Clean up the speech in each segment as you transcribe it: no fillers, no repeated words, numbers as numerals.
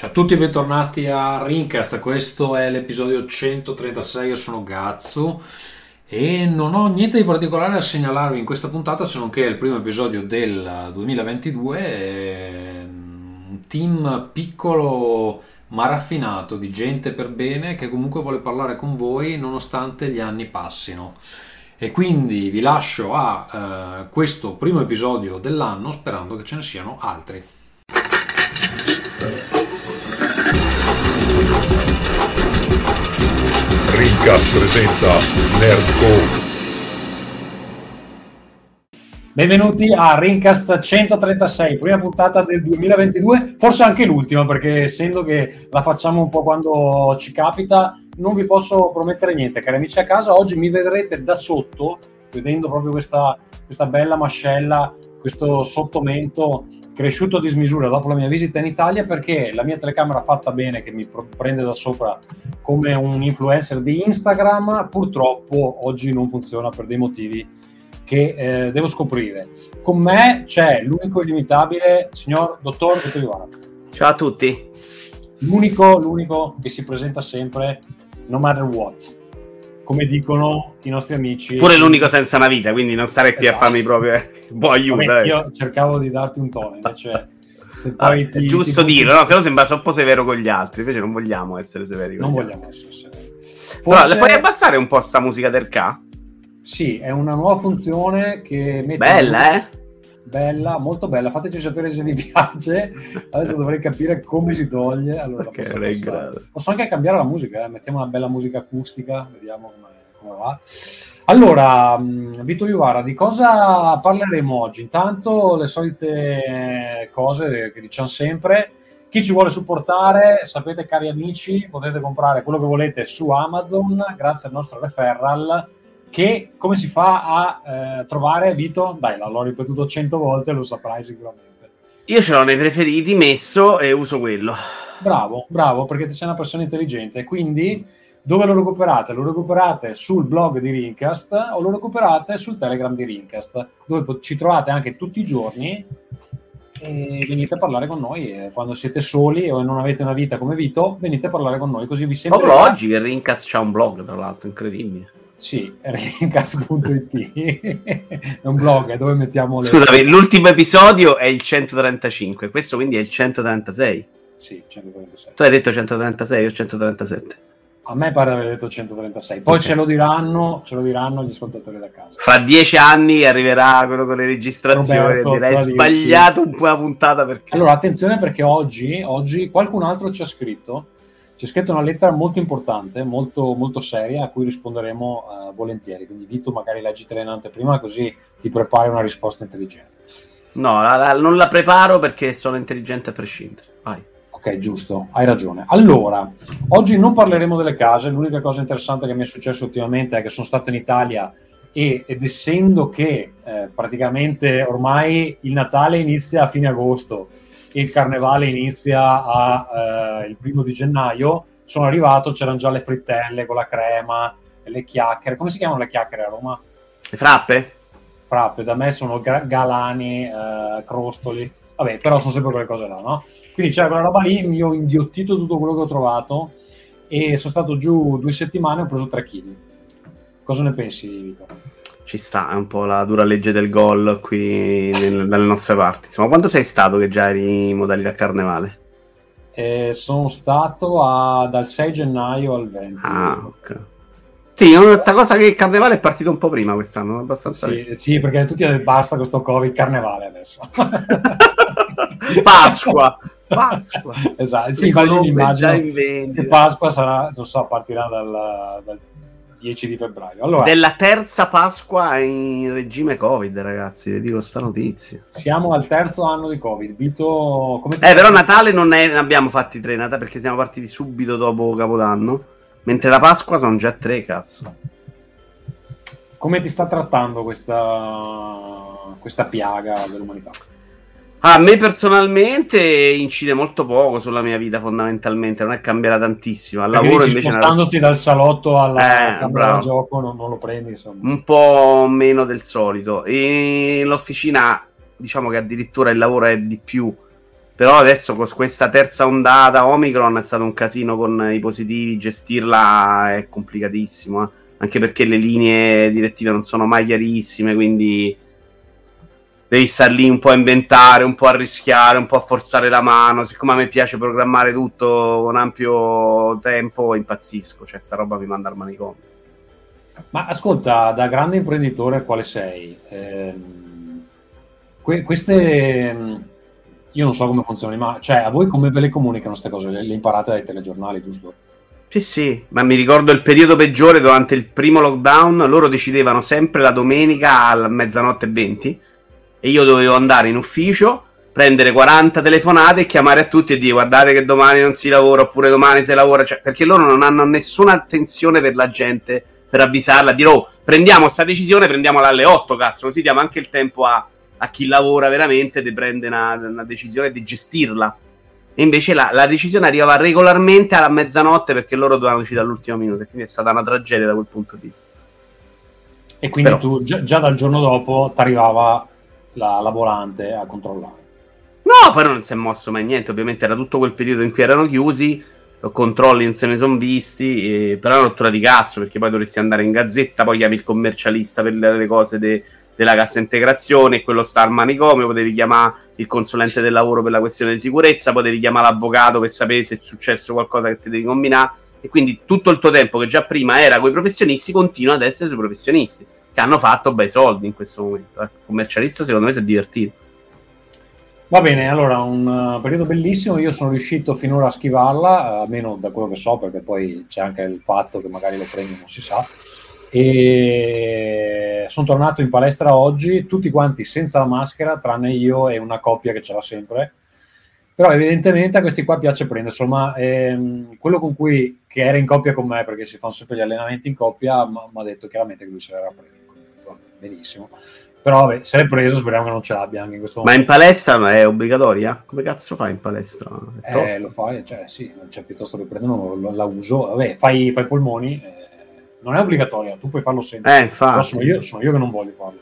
Ciao a tutti e bentornati a Rincast, questo è l'episodio 136, io sono Gazzu e non ho niente di particolare da segnalarvi in questa puntata se non che è il primo episodio del 2022, un team piccolo ma raffinato di gente per bene che comunque vuole parlare con voi nonostante gli anni passino. E quindi vi lascio a questo primo episodio dell'anno sperando che ce ne siano altri. Rincast presenta Nerdcore. Benvenuti a Rincast 136, prima puntata del 2022, forse anche l'ultima, perché essendo che la facciamo un po' quando ci capita, non vi posso promettere niente, cari amici a casa. Oggi mi vedrete da sotto, vedendo proprio questa bella mascella, questo sottomento cresciuto a dismisura dopo la mia visita in Italia, perché la mia telecamera fatta bene, che mi prende da sopra come un influencer di Instagram, purtroppo oggi non funziona per dei motivi che devo scoprire. Con me c'è l'unico e illimitabile signor dottor Vito Iuvara. Ciao a tutti. L'unico che si presenta sempre, no matter what, come dicono i nostri amici. Pure l'unico senza una vita, quindi non starei qui a farmi proprio aiuto. Vabbè, io cercavo di darti un tono, invece se poi è giusto dirlo, no? Se no sembra troppo severo con gli altri, invece non vogliamo essere severi con non gli vogliamo altri. essere severi. Però, le puoi abbassare un po' sta musica del K? Sì, è una nuova funzione che mette... Bella, Bella, molto bella, fateci sapere se vi piace. Adesso dovrei capire come si toglie. Allora, posso anche cambiare la musica, mettiamo una bella musica acustica, vediamo come va. Allora, Vito Iuvara, di cosa parleremo oggi? Intanto le solite cose che diciamo sempre. Chi ci vuole supportare, sapete cari amici, potete comprare quello che volete su Amazon grazie al nostro referral. Che come si fa a trovare, Vito? Dai, l'ho ripetuto 100 volte, lo saprai sicuramente. Io ce l'ho nei preferiti messo e uso quello. Bravo, perché sei una persona intelligente. Quindi, dove lo recuperate? Lo recuperate sul blog di Rincast o lo recuperate sul Telegram di Rincast, dove ci trovate anche tutti i giorni e venite a parlare con noi. E quando siete soli o non avete una vita come Vito, venite a parlare con noi, così vi sembrerà... Proprio oggi che Rincast c'ha un blog, tra l'altro, incredibile. Sì, rincast.it è un blog dove mettiamo le... Scusami, l'ultimo episodio è il 135, questo quindi è il 136. Sì, 136. Tu hai detto 136 o 137? A me pare aver detto 136. Poi okay. ce lo diranno gli ascoltatori da casa. Fra 10 anni arriverà quello con le registrazioni e direi sbagliato un po' la puntata perché... Allora, attenzione perché oggi qualcun altro ci ha scritto una lettera molto importante, molto, molto seria, a cui risponderemo volentieri. Quindi Vito, magari leggitela in anteprima, così ti prepari una risposta intelligente. No, non la preparo perché sono intelligente a prescindere. Vai. Ok, giusto, hai ragione. Allora, oggi non parleremo delle case. L'unica cosa interessante che mi è successo ultimamente è che sono stato in Italia ed essendo che praticamente ormai il Natale inizia a fine agosto, il carnevale inizia il 1° gennaio, sono arrivato, c'erano già le frittelle con la crema, le chiacchiere. Come si chiamano le chiacchiere a Roma? Le frappe? Frappe, da me sono galani, crostoli, vabbè, però sono sempre quelle cose là, no? Quindi c'era quella roba lì, mi ho inghiottito tutto quello che ho trovato e sono stato giù 2 settimane e ho preso 3 kg. Cosa ne pensi, Vito? Ci sta, è un po' la dura legge del gol qui dalle nostre parti. Insomma, quando sei stato che già eri in modalità carnevale? Sono stato dal 6 gennaio al 20. Ah, ok. Sì, questa cosa che il carnevale è partito un po' prima quest'anno, abbastanza. Sì, perché tutti hanno detto basta questo Covid, carnevale adesso. Pasqua. Esatto, sì, io immagino che Pasqua sarà, non so, partirà dal 10 di febbraio. Allora, della terza Pasqua in regime Covid, ragazzi, vi dico sta notizia. Siamo al 3° anno di Covid. Vito, come però Natale non ne abbiamo fatti 3 Natale perché siamo partiti subito dopo Capodanno, mentre la Pasqua sono già 3, cazzo. Come ti sta trattando questa piaga dell'umanità? A me personalmente incide molto poco sulla mia vita, fondamentalmente non è cambiata tantissimo. Al perché lavoro dici, invece spostandoti dal salotto alla camera da gioco non lo prendi, insomma. Un po' meno del solito, e l'officina diciamo che addirittura il lavoro è di più Però adesso con questa terza ondata Omicron è stato un casino con i positivi, gestirla è complicatissimo, anche perché le linee direttive non sono mai chiarissime, quindi devi star lì un po' a inventare, un po' a rischiare, un po' a forzare la mano. Siccome a me piace programmare tutto con ampio tempo, impazzisco, cioè sta roba mi manda al manicomio. Ma ascolta, da grande imprenditore quale sei? Queste... Io non so come funzionano, ma cioè a voi come ve le comunicano queste cose? Le imparate dai telegiornali, giusto? Sì, ma mi ricordo il periodo peggiore durante il primo lockdown, loro decidevano sempre la domenica a mezzanotte e 20 e io dovevo andare in ufficio, prendere 40 telefonate e chiamare a tutti e dire guardate che domani non si lavora oppure domani si lavora, cioè, perché loro non hanno nessuna attenzione per la gente, per avvisarla, dire oh, prendiamo sta decisione, prendiamola alle 8, cazzo, così diamo anche il tempo a chi lavora veramente di prendere una decisione di gestirla. E invece la decisione arrivava regolarmente alla mezzanotte perché loro dovevano decidere all'ultimo minuto, e quindi è stata una tragedia da quel punto di vista. E quindi Però, tu già dal giorno dopo ti arrivava la volante a controllare? no, però non si è mosso mai niente, ovviamente era tutto quel periodo in cui erano chiusi, controlli non se ne sono visti, però è una rottura di cazzo perché poi dovresti andare in gazzetta, poi chiami il commercialista per le cose della cassa integrazione, e quello sta al manicomio, potevi chiamare il consulente del lavoro per la questione di sicurezza, potevi chiamare l'avvocato per sapere se è successo qualcosa che ti devi combinare, e quindi tutto il tuo tempo che già prima era con i professionisti continua ad essere sui professionisti che hanno fatto bei soldi in questo momento. Il commercialista secondo me si è divertito. Va bene, allora un periodo bellissimo, io sono riuscito finora a schivarla, almeno da quello che so, perché poi c'è anche il fatto che magari lo prendi, non si sa. E sono tornato in palestra oggi, tutti quanti senza la maschera, tranne io e una coppia che ce l'ha sempre. Però evidentemente a questi qua piace prenderselo, ma quello con cui, che era in coppia con me, perché si fanno sempre gli allenamenti in coppia, mi ha detto chiaramente che lui se l'era preso. Benissimo. Però vabbè, se l'è preso, speriamo che non ce l'abbia anche in questo momento. Ma in palestra è obbligatoria? Come cazzo fai in palestra? Lo fai, cioè sì, cioè, piuttosto che prenderlo la uso. Vabbè, fai polmoni, non è obbligatoria, tu puoi farlo senza. Però sono io che non voglio farlo.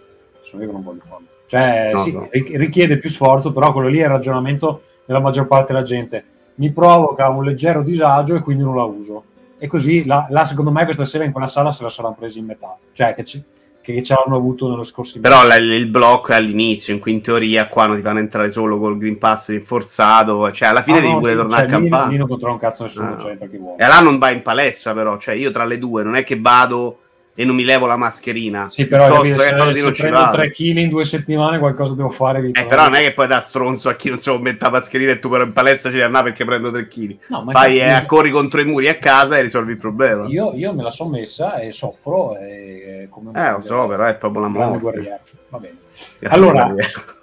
Cioè, no, sì, no. Richiede più sforzo, però quello lì è il ragionamento della maggior parte della gente. Mi provoca un leggero disagio e quindi non la uso. E così, secondo me, questa sera in quella sala se la saranno presi in metà. Cioè, che ce l'hanno avuto nello scorso però il blocco è all'inizio, in cui in teoria qua non ti fanno entrare solo col Green Pass rinforzato, cioè alla fine devi pure tornare a campare. Lì non controlla un cazzo nessuno, cioè entra chi vuole. E là non vai in palestra, però, cioè io tra le due non è che vado e non mi levo la mascherina. Sì, però se prendo 3 kg in 2 settimane qualcosa devo fare. Però non è che poi da stronzo a chi non si può mettere la mascherina e tu però in palestra ci devi andare perché prendo 3 kg. No, fai corri contro i muri a casa e risolvi il problema. Io me la sono messa e soffro come lo so, però è proprio una morte. Va bene. Allora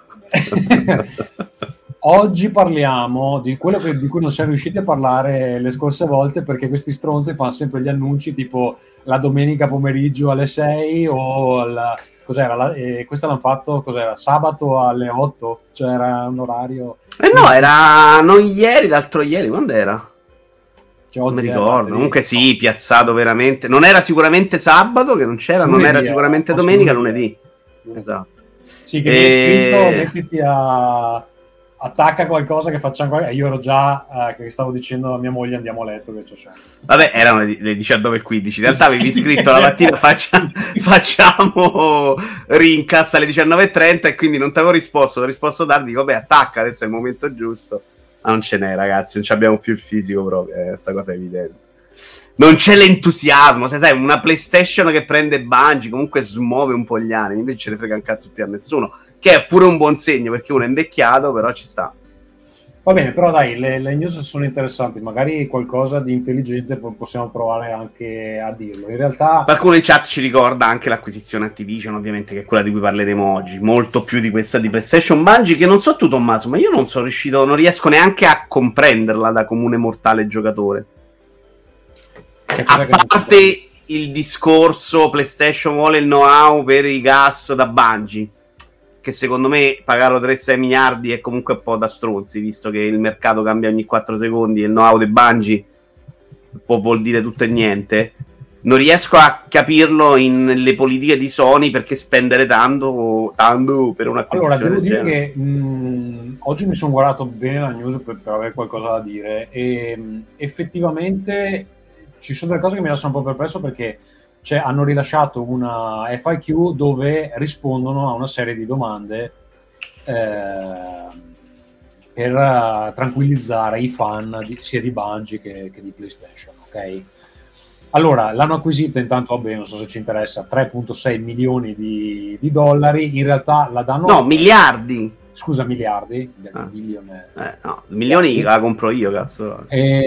oggi parliamo di quello di cui non siamo riusciti a parlare le scorse volte, perché questi stronzi fanno sempre gli annunci tipo la domenica pomeriggio alle 6 o cos'era? Questo l'hanno fatto sabato alle 8, cioè era un orario. No, era non ieri, l'altro ieri, quando era? Cioè, non mi ricordo. Comunque sì, piazzato veramente. Non era sicuramente sabato che non c'era, lunedì, non era sicuramente domenica, lunedì. Esatto. Sì, che mi hai scritto, mettiti attacca qualcosa che facciamo. Io ero già che stavo dicendo a mia moglie andiamo a letto che c'ho sempre. Vabbè, erano le 19:15. In realtà avevi scritto la mattina facciamo Rincast alle 19:30 e quindi non ti avevo risposto. Ho risposto tardi, dico, vabbè, attacca, adesso è il momento giusto. Ma non ce n'è, ragazzi, non abbiamo più il fisico proprio, questa cosa è evidente. Non c'è l'entusiasmo, se sai, una PlayStation che prende Bungie comunque smuove un po' gli animi, invece ce ne frega un cazzo più a nessuno, che è pure un buon segno perché uno è invecchiato, però ci sta. Va bene, però dai, le news sono interessanti, magari qualcosa di intelligente possiamo provare anche a dirlo. In realtà qualcuno in chat ci ricorda anche l'acquisizione Activision, ovviamente, che è quella di cui parleremo oggi, molto più di questa di PlayStation Bungie, che non so tu Tommaso, ma io non riesco neanche a comprenderla da comune mortale giocatore. A parte il discorso PlayStation vuole il know-how per i gas da Bungie, che secondo me pagarlo 3-6 miliardi è comunque un po' da stronzi, visto che il mercato cambia ogni 4 secondi e il know-how di Bungie vuol dire tutto e niente. non riesco a capirlo nelle politiche di Sony, perché spendere tanto per un'acquisizione. Allora, devo dire che oggi mi sono guardato bene la news per avere qualcosa da dire e effettivamente ci sono delle cose che mi lasciano un po' perplesso, perché hanno rilasciato una FAQ dove rispondono a una serie di domande per tranquillizzare i fan sia di Bungie che di PlayStation, ok? Allora, l'hanno acquisita intanto, vabbè, non so se ci interessa, 3,6 milioni di dollari, in realtà la danno... No, miliardi! Scusa, miliardi? No, milioni la compro io, cazzo.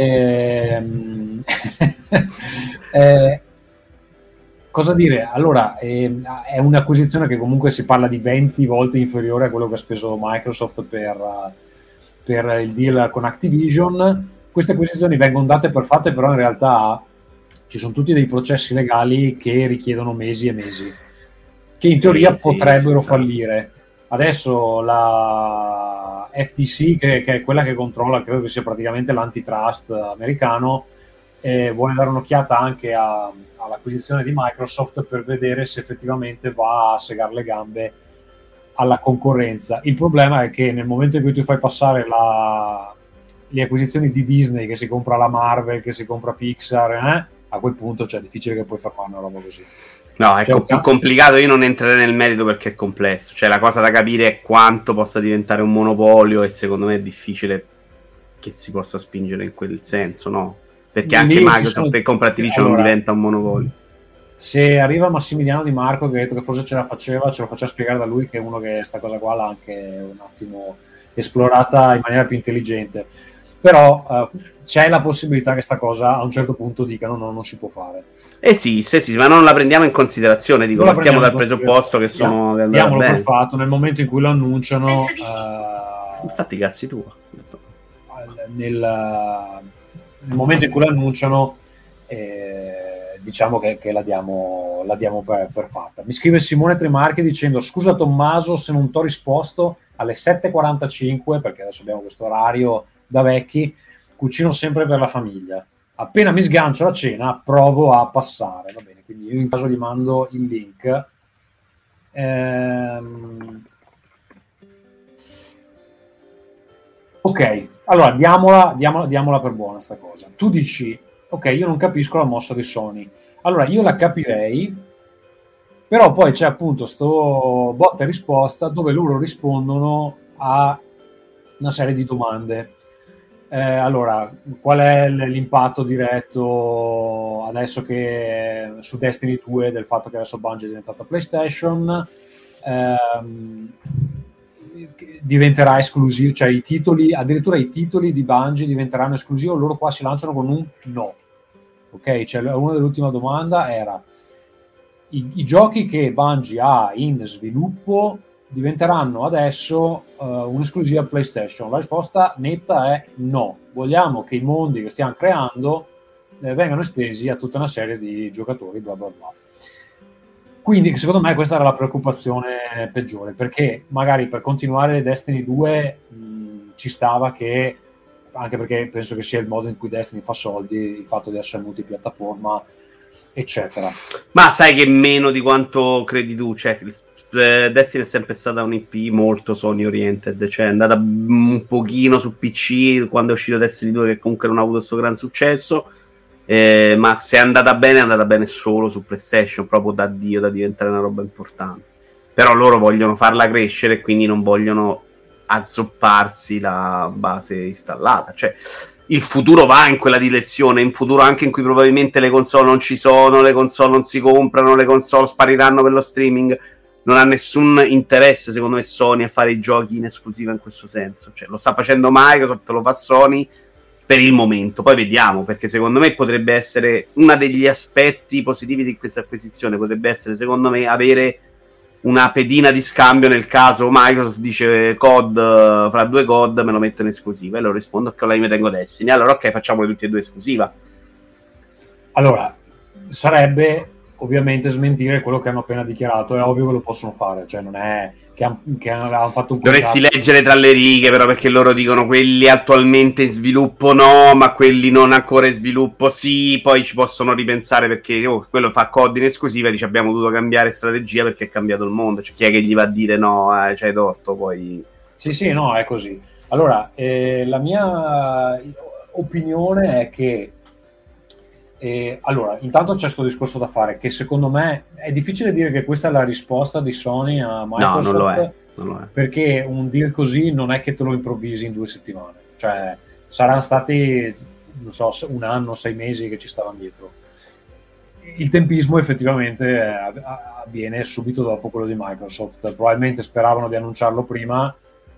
Cosa dire? Allora, è un'acquisizione che comunque si parla di 20 volte inferiore a quello che ha speso Microsoft per il deal con Activision. Queste acquisizioni vengono date per fatte, però in realtà ci sono tutti dei processi legali che richiedono mesi e mesi, che in teoria potrebbero fallire. Adesso la FTC, che è quella che controlla, credo che sia praticamente l'antitrust americano, vuole dare un'occhiata anche all'acquisizione di Microsoft per vedere se effettivamente va a segare le gambe alla concorrenza. Il problema è che nel momento in cui tu fai passare le acquisizioni di Disney, che si compra la Marvel, che si compra Pixar, a quel punto è difficile che puoi fermare una roba così. No, è più complicato, io non entrerei nel merito perché è complesso. Cioè, la cosa da capire è quanto possa diventare un monopolio, e secondo me è difficile che si possa spingere in quel senso, no? Perché anche Microsoft che compra Activision non diventa un monopolio. Se arriva Massimiliano Di Marco, che ha detto che forse ce lo faceva spiegare da lui, che è uno che sta cosa qua l'ha anche un attimo esplorata in maniera più intelligente. Però c'è la possibilità che sta cosa a un certo punto dicano no, non si può fare. Sì, ma non la prendiamo in considerazione, dico, partiamo dal presupposto che sono... Diamolo per fatto, nel momento in cui lo annunciano... infatti cazzi tu. Nel momento in cui lo annunciano, diciamo che la diamo per fatta. Mi scrive Simone Trimarchi dicendo: scusa Tommaso se non t'ho risposto alle 7:45, perché adesso abbiamo questo orario da vecchi, cucino sempre per la famiglia. Appena mi sgancio la cena provo a passare, va bene, quindi io in caso gli mando il link. Ok, allora diamola per buona sta cosa. Tu dici, ok, io non capisco la mossa di Sony. Allora io la capirei, però poi c'è appunto sto botta e risposta dove loro rispondono a una serie di domande. Allora, qual è l'impatto diretto adesso che su Destiny 2 del fatto che adesso Bungie è diventata PlayStation? Diventerà esclusivo, cioè i titoli, addirittura i titoli di Bungie diventeranno esclusivi, loro qua si lanciano con un no. Ok, cioè una dell'ultima domanda era i giochi che Bungie ha in sviluppo diventeranno adesso un'esclusiva PlayStation. La risposta netta è no. Vogliamo che i mondi che stiamo creando vengano estesi a tutta una serie di giocatori, bla bla bla. Quindi secondo me questa era la preoccupazione peggiore, perché magari per continuare Destiny 2 ci stava che, anche perché penso che sia il modo in cui Destiny fa soldi, il fatto di essere multipiattaforma, eccetera. Ma sai che meno di quanto credi tu, cioè Destiny è sempre stata un IP molto Sony oriented, cioè è andata un pochino su PC quando è uscito Destiny 2, che comunque non ha avuto questo gran successo, ma se è andata bene solo su PlayStation, proprio da Dio, da diventare una roba importante. Però loro vogliono farla crescere e quindi non vogliono azzopparsi la base installata, cioè il futuro va in quella direzione, in futuro anche in cui probabilmente le console non ci sono, le console non si comprano, le console spariranno per lo streaming. Non ha nessun interesse, secondo me, Sony a fare i giochi in esclusiva in questo senso. Cioè, lo sta facendo Microsoft, lo fa Sony per il momento. Poi vediamo, perché secondo me potrebbe essere uno degli aspetti positivi di questa acquisizione. Potrebbe essere, secondo me, avere una pedina di scambio nel caso Microsoft dice COD, fra due COD me lo metto in esclusiva, e loro rispondo che io tengo Destiny. Allora ok, facciamole tutti e due esclusiva. Allora, sarebbe ovviamente smentire quello che hanno appena dichiarato. È ovvio che lo possono fare, cioè non è che hanno fatto un Dovresti contratto. leggere tra le righe, però, perché loro dicono quelli attualmente in sviluppo no, ma quelli non ancora in sviluppo sì, poi ci possono ripensare perché quello fa COD in esclusiva e dice abbiamo dovuto cambiare strategia perché è cambiato il mondo. Cioè chi è che gli va a dire no, c'hai torto, poi... Sì, no, è così. Allora, la mia opinione è che allora, intanto c'è questo discorso da fare, che secondo me è difficile dire che questa è la risposta di Sony a Microsoft. No, non lo è. Perché un deal così non è che te lo improvvisi in 2 settimane, cioè saranno stati, non so, un anno, 6 mesi che ci stavano dietro. Il tempismo effettivamente avviene subito dopo quello di Microsoft. Probabilmente speravano di annunciarlo prima.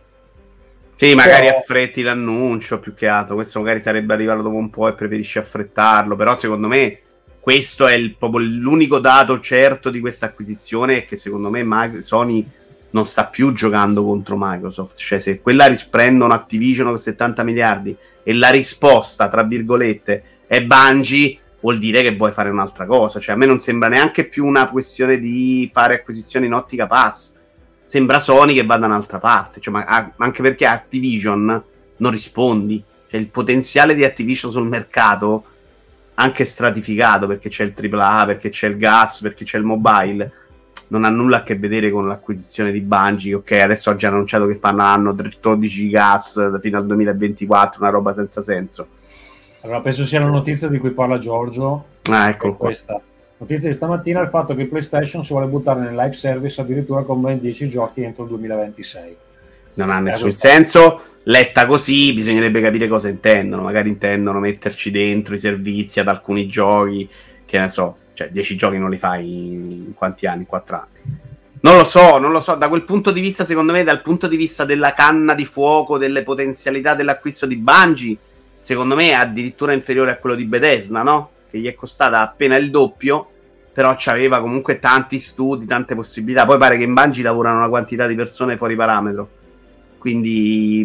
Sì, magari affretti l'annuncio più che altro. Questo magari sarebbe arrivato dopo un po' e preferisci affrettarlo. Però secondo me questo è proprio l'unico dato certo di questa acquisizione, è che secondo me Sony non sta più giocando contro Microsoft. Cioè se quella risprendono Activision con 70 miliardi e la risposta, tra virgolette, è Bungie, vuol dire che vuoi fare un'altra cosa. Cioè a me non sembra neanche più una questione di fare acquisizioni in ottica pass. Sembra Sony che va da un'altra parte, cioè, ma anche perché Activision non rispondi. Cioè, il potenziale di Activision sul mercato, anche stratificato, perché c'è il AAA, perché c'è il gas, perché c'è il mobile, non ha nulla a che vedere con l'acquisizione di Bungie. Ok, adesso ha già annunciato che fanno 13 gas fino al 2024, una roba senza senso. Allora, penso sia la notizia di cui parla Giorgio. Ecco qua. Questa notizia di stamattina è il fatto che PlayStation si vuole buttare nel live service addirittura con ben 10 giochi entro il 2026. Non ha nessun senso. Letta così bisognerebbe capire cosa intendono. Magari intendono metterci dentro i servizi ad alcuni giochi, che ne so, cioè 10 giochi non li fai in quanti anni? 4 anni. Non lo so, da quel punto di vista, secondo me, dal punto di vista della canna di fuoco, delle potenzialità dell'acquisto di Bungie, secondo me è addirittura inferiore a quello di Bethesda, no? Che gli è costata appena il doppio, però c'aveva comunque tanti studi, tante possibilità. Poi pare che in Bungie lavorano una quantità di persone fuori parametro, quindi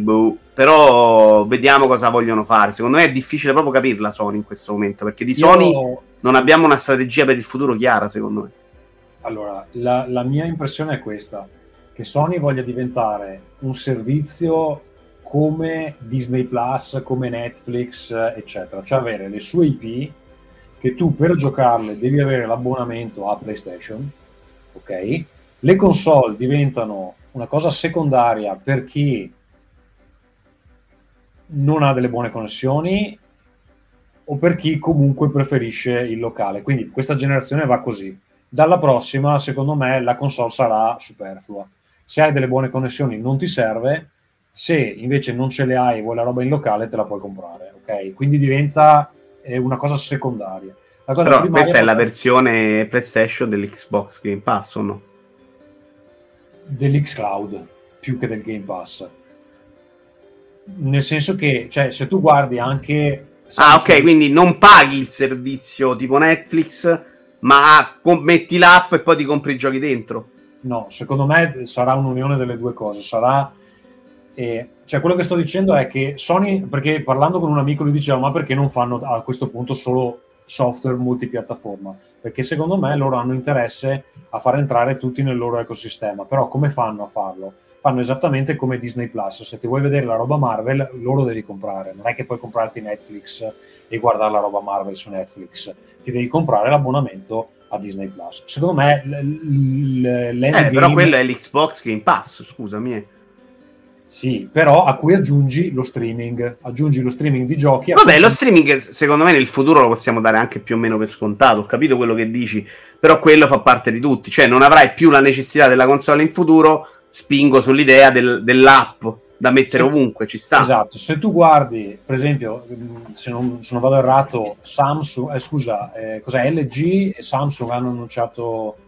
però vediamo cosa vogliono fare. Secondo me è difficile proprio capirla Sony in questo momento, perché di Sony non abbiamo una strategia per il futuro chiara, secondo me. Allora, la mia impressione è questa, che Sony voglia diventare un servizio come Disney Plus, come Netflix, eccetera, cioè avere le sue IP che tu per giocarle devi avere l'abbonamento a PlayStation, ok? Le console diventano una cosa secondaria per chi non ha delle buone connessioni o per chi comunque preferisce il locale. Quindi questa generazione va così. Dalla prossima, secondo me, la console sarà superflua. Se hai delle buone connessioni non ti serve, se invece non ce le hai e vuoi la roba in locale te la puoi comprare, ok? Quindi diventa una cosa secondaria. La cosa però primaria questa è la versione PlayStation dell'Xbox Game Pass, o no? Dell'xCloud più che del Game Pass, nel senso che, cioè, se tu guardi anche Samsung... ok, quindi non paghi il servizio tipo Netflix, ma metti l'app e poi ti compri i giochi dentro. No, secondo me sarà un'unione delle due cose. Sarà cioè, quello che sto dicendo è che Sony, perché parlando con un amico lui diceva ma perché non fanno a questo punto solo software multipiattaforma? Perché secondo me loro hanno interesse a far entrare tutti nel loro ecosistema. Però come fanno a farlo? Fanno esattamente come Disney Plus. Se ti vuoi vedere la roba Marvel, loro devi comprare. Non è che puoi comprarti Netflix e guardare la roba Marvel su Netflix. Ti devi comprare l'abbonamento a Disney Plus. Secondo me però quello è l'Xbox Game Pass, scusami. Sì, però a cui aggiungi lo streaming di giochi. Vabbè, lo streaming secondo me nel futuro lo possiamo dare anche più o meno per scontato. Ho capito quello che dici, però quello fa parte di tutti. Cioè non avrai più la necessità della console in futuro. Spingo sull'idea dell'app da mettere ovunque, ci sta. Esatto, se tu guardi, per esempio, se non vado errato, Samsung, cos'è, LG e Samsung hanno annunciato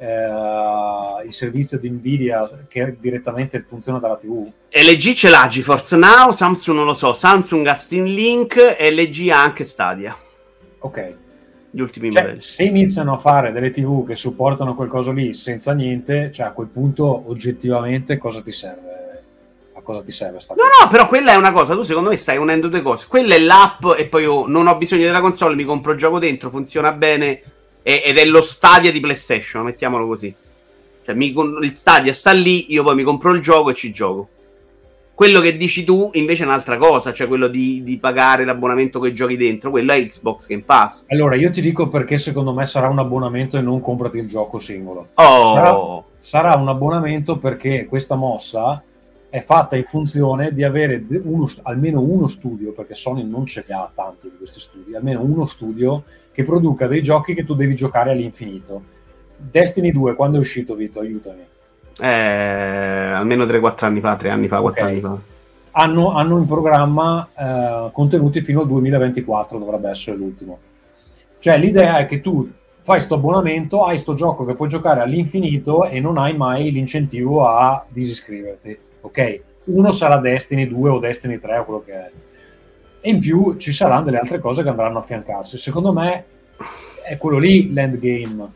il servizio di Nvidia che direttamente funziona dalla TV. LG ce l'ha GeForce Now, Samsung non lo so, Samsung ha Steam Link e LG ha anche Stadia. Ok. Gli ultimi modelli. Se iniziano a fare delle TV che supportano quel coso lì senza niente, cioè a quel punto oggettivamente cosa ti serve? A cosa ti serve sta cosa? No, però quella è una cosa, tu secondo me stai unendo due cose. Quella è l'app e poi non ho bisogno della console, mi compro il gioco dentro, funziona bene, ed è lo Stadia di PlayStation, mettiamolo così. Cioè, il Stadia sta lì, io poi mi compro il gioco e ci gioco. Quello che dici tu invece è un'altra cosa, cioè quello di pagare l'abbonamento con i giochi dentro, quello è Xbox Game Pass. Allora, io ti dico perché secondo me sarà un abbonamento e non comprati il gioco singolo. Sarà un abbonamento perché questa mossa è fatta in funzione di avere almeno uno studio, perché Sony non ce li ha tanti di questi studi, almeno uno studio che produca dei giochi che tu devi giocare all'infinito. Destiny 2, quando è uscito, Vito? Aiutami. Almeno 3-4 anni fa, 3 anni fa, 4 anni fa. Hanno in programma contenuti fino al 2024, dovrebbe essere l'ultimo. Cioè l'idea è che tu fai sto abbonamento, hai sto gioco che puoi giocare all'infinito e non hai mai l'incentivo a disiscriverti. Ok? Uno sarà Destiny 2 o Destiny 3 o quello che è. E in più ci saranno delle altre cose che andranno a affiancarsi. Secondo me è quello lì l'endgame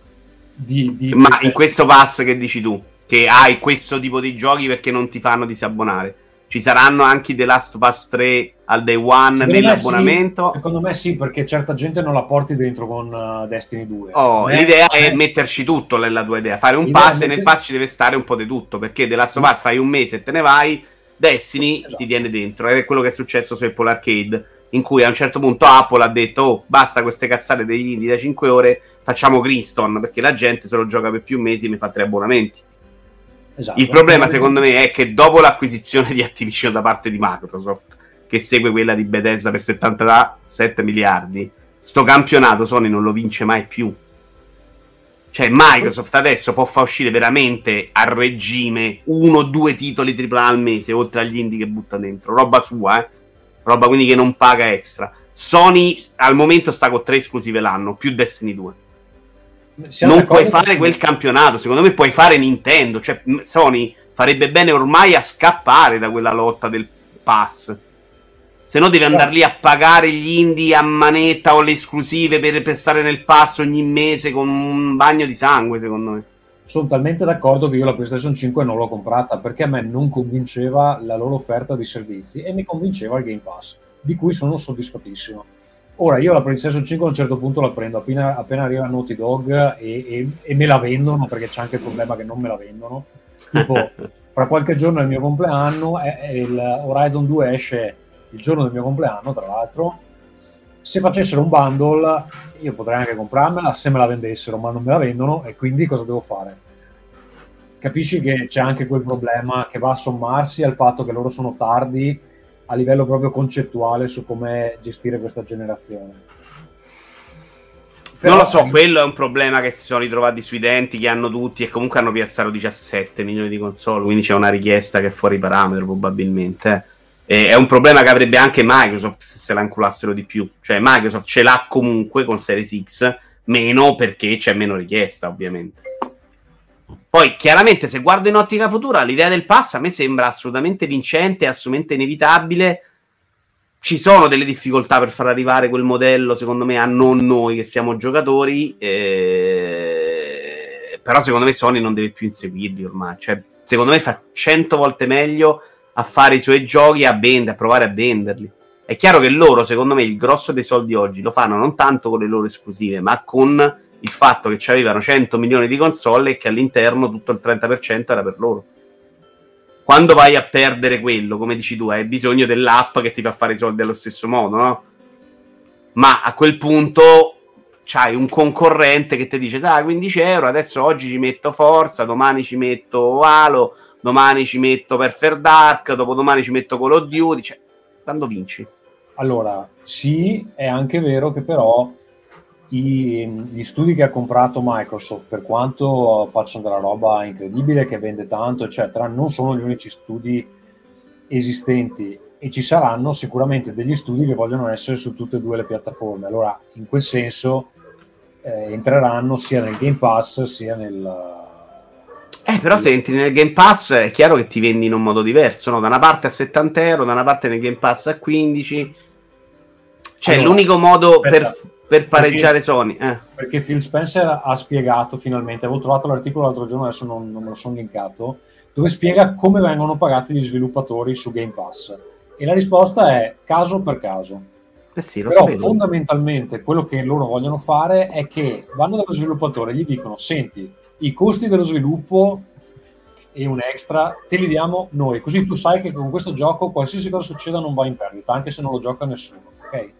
Ma in questo pass che dici tu, che hai questo tipo di giochi perché non ti fanno disabbonare, ci saranno anche The Last of Us 3 al day one nell'abbonamento? Sì, secondo me sì, perché certa gente non la porti dentro con Destiny 2. L'idea è metterci tutto nella tua idea, fare un pass e nel pass ci deve stare un po' di tutto, perché The Last of Us fai un mese e te ne vai, Destiny ti tiene dentro, ed è quello che è successo su Apple Arcade, in cui a un certo punto Apple ha detto oh, basta queste cazzate degli indie da 5 ore, facciamo Greenstone, perché la gente se lo gioca per più mesi mi fa 3 abbonamenti. Esatto. Il problema secondo me è che dopo l'acquisizione di Activision da parte di Microsoft, che segue quella di Bethesda per 77 miliardi, sto campionato Sony non lo vince mai più. Cioè Microsoft adesso può far uscire veramente a regime 1 o 2 titoli AAA al mese, oltre agli indie che butta dentro, roba sua, roba quindi che non paga extra. Sony al momento sta con 3 esclusive l'anno, più Destiny 2. Non puoi fare quel campionato, secondo me puoi fare Nintendo, cioè Sony farebbe bene ormai a scappare da quella lotta del pass, se no devi andare lì a pagare gli indie a manetta o le esclusive per stare nel pass ogni mese con un bagno di sangue, secondo me. Sono talmente d'accordo che io la PlayStation 5 non l'ho comprata perché a me non convinceva la loro offerta di servizi e mi convinceva il Game Pass, di cui sono soddisfattissimo. Ora, io la PlayStation 5 a un certo punto la prendo appena arriva Naughty Dog e me la vendono, perché c'è anche il problema che non me la vendono. Tipo, fra qualche giorno è il mio compleanno, il Horizon 2 esce il giorno del mio compleanno, tra l'altro. Se facessero un bundle, io potrei anche comprarmela se me la vendessero, ma non me la vendono e quindi cosa devo fare? Capisci che c'è anche quel problema che va a sommarsi al fatto che loro sono tardi a livello proprio concettuale su come gestire questa generazione. Però, non lo so, quello è un problema che si sono ritrovati sui denti, che hanno tutti, e comunque hanno piazzato 17 milioni di console, quindi c'è una richiesta che è fuori parametro probabilmente. È un problema che avrebbe anche Microsoft se la inculassero di più. Cioè Microsoft ce l'ha comunque con Series X, meno perché c'è meno richiesta, ovviamente. Poi, chiaramente, se guardo in ottica futura, l'idea del pass a me sembra assolutamente vincente, assolutamente inevitabile. Ci sono delle difficoltà per far arrivare quel modello, secondo me, a non noi che siamo giocatori, però secondo me Sony non deve più inseguirli ormai. Cioè, secondo me fa 100 volte meglio a fare i suoi giochi, a provare a venderli. È chiaro che loro, secondo me, il grosso dei soldi oggi lo fanno non tanto con le loro esclusive, ma con il fatto che ci avevano 100 milioni di console e che all'interno tutto il 30% era per loro. Quando vai a perdere quello, come dici tu, hai bisogno dell'app che ti fa fare i soldi allo stesso modo, no? Ma a quel punto c'hai un concorrente che ti dice 15 euro, adesso oggi ci metto Forza, domani ci metto Halo, domani ci metto Perfect Dark, dopodomani ci metto Call of Duty, cioè, quando vinci? Allora, sì, è anche vero che però gli studi che ha comprato Microsoft, per quanto facciano della roba incredibile che vende tanto eccetera, non sono gli unici studi esistenti e ci saranno sicuramente degli studi che vogliono essere su tutte e due le piattaforme. Allora in quel senso entreranno sia nel Game Pass sia però se entri nel Game Pass è chiaro che ti vendi in un modo diverso, no? Da una parte a 70 euro, da una parte nel Game Pass a 15, cioè allora, l'unico modo per pareggiare Sony. Perché Phil Spencer ha spiegato finalmente, avevo trovato l'articolo l'altro giorno, adesso non me lo sono linkato, dove spiega come vengono pagati gli sviluppatori su Game Pass. E la risposta è caso per caso. Sì, lo Però sapevo. fondamentalmente quello che loro vogliono fare è che vanno dallo sviluppatore e gli dicono: senti, i costi dello sviluppo e un extra te li diamo noi, così tu sai che con questo gioco qualsiasi cosa succeda non va in perdita, anche se non lo gioca nessuno, ok?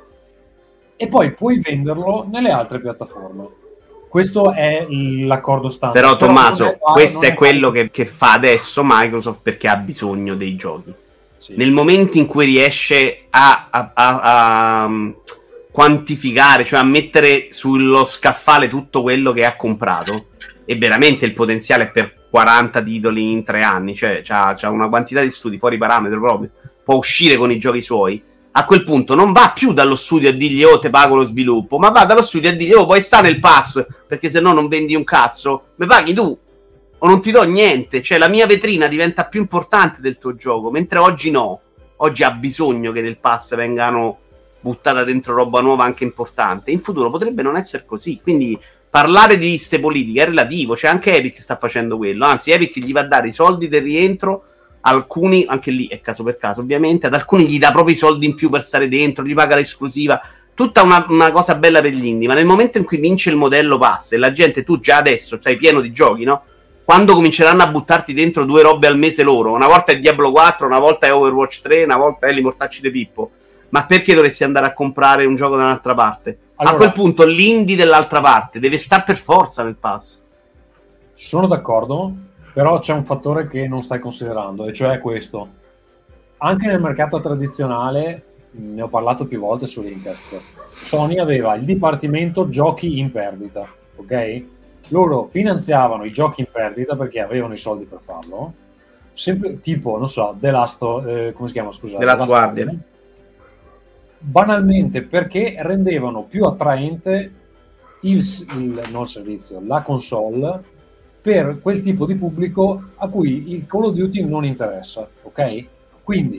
E poi puoi venderlo nelle altre piattaforme. Questo è l'accordo standard. Però Tommaso, non è questo è quello valido. che fa adesso Microsoft perché ha bisogno dei giochi. Sì. Nel momento in cui riesce a quantificare, cioè a mettere sullo scaffale tutto quello che ha comprato, e veramente il potenziale è per 40 titoli in 3 anni, cioè c'ha una quantità di studi fuori parametro proprio, può uscire con i giochi suoi. A quel punto non va più dallo studio a dirgli oh te pago lo sviluppo, ma va dallo studio a dirgli oh puoi stare nel pass perché se no non vendi un cazzo, mi paghi tu o non ti do niente, cioè la mia vetrina diventa più importante del tuo gioco, mentre oggi no, oggi ha bisogno che nel pass vengano buttata dentro roba nuova anche importante, in futuro potrebbe non essere così, quindi parlare di liste politiche è relativo, c'è anche Epic che sta facendo quello, anzi Epic gli va a dare i soldi del rientro, alcuni, anche lì è caso per caso ovviamente, ad alcuni gli dà proprio i soldi in più per stare dentro, gli paga l'esclusiva, tutta una cosa bella per gli indie, ma nel momento in cui vince il modello pass e la gente, tu già adesso sei pieno di giochi, no? Quando cominceranno a buttarti dentro 2 robe al mese loro, una volta è Diablo 4, una volta è Overwatch 3, una volta è li mortacci di Pippo, ma perché dovresti andare a comprare un gioco da un'altra parte? Allora, a quel punto l'indie dell'altra parte deve stare per forza nel pass. Sono d'accordo, però c'è un fattore che non stai considerando, e cioè questo. Anche nel mercato tradizionale, ne ho parlato più volte su Linkast, Sony aveva il dipartimento giochi in perdita, ok? Loro finanziavano i giochi in perdita perché avevano i soldi per farlo, sempre, tipo, non so, The Last come si chiama, scusate? The Last Guardian. Banalmente perché rendevano più attraente non il servizio, la console per quel tipo di pubblico a cui il Call of Duty non interessa, ok? Quindi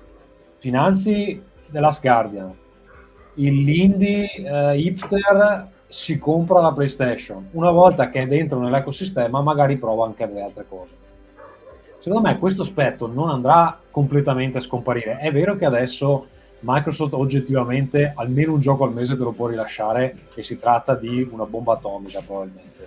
finanzi The Last Guardian, l'indie hipster si compra la PlayStation, una volta che è dentro nell'ecosistema magari prova anche delle altre cose. Secondo me questo aspetto non andrà completamente a scomparire. È vero che adesso Microsoft oggettivamente almeno un gioco al mese te lo può rilasciare e si tratta di una bomba atomica probabilmente,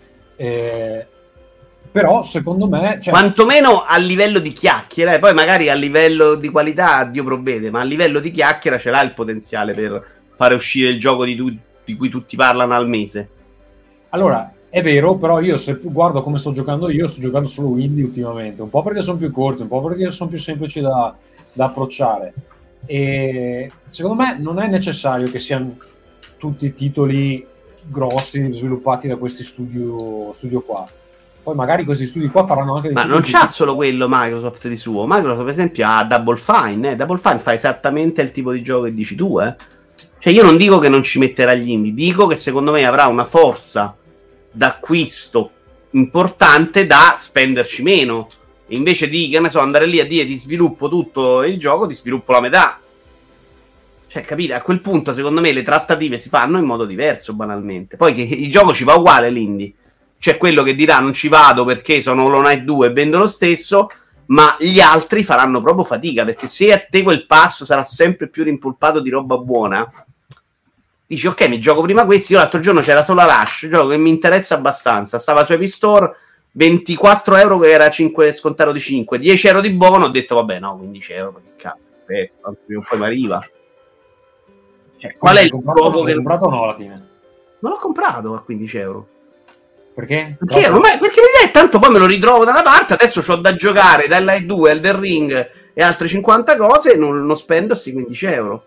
però secondo me quantomeno a livello di chiacchiera, poi magari a livello di qualità Dio provvede, ma a livello di chiacchiera ce l'ha il potenziale per fare uscire il gioco di cui tutti parlano al mese. Allora è vero, però io se guardo come sto giocando solo indie ultimamente, un po' perché sono più corti, un po' perché sono più semplici da approcciare, e secondo me non è necessario che siano tutti titoli grossi sviluppati da questi studio qua. Poi magari questi studi qua faranno anche dei ma non c'ha solo quello Microsoft di suo. Microsoft per esempio ha Double Fine, Double Fine fa esattamente il tipo di gioco che dici tu, cioè io non dico che non ci metterà gli indie, dico che secondo me avrà una forza d'acquisto importante da spenderci meno. Invece di, che ne so, andare lì a dire ti sviluppo tutto il gioco, ti sviluppo la metà. Cioè, capite? A quel punto, secondo me, le trattative si fanno in modo diverso, banalmente. Poi che il gioco ci va uguale, l'indie. C'è quello che dirà non ci vado perché sono Hollow Knight 2 e vendo lo stesso, ma gli altri faranno proprio fatica, perché se a te quel pass sarà sempre più rimpolpato di roba buona, dici ok, mi gioco prima questi. Io l'altro giorno c'era solo Rush, gioco che mi interessa abbastanza, stava su Epic Store, 24 euro che era 5 scontato di 5, 10 euro di buono, ho detto vabbè no, 15 euro, che cazzo, prima o poi mi arriva. Cioè, qual è il gioco che l'hai comprato o no alla fine? Non l'ho comprato a 15 euro. Perché? Perché l'idea è tanto poi me lo ritrovo da una parte, adesso c'ho da giocare Dying 2, Elden Ring e altre 50 cose e non spendo questi 15 euro.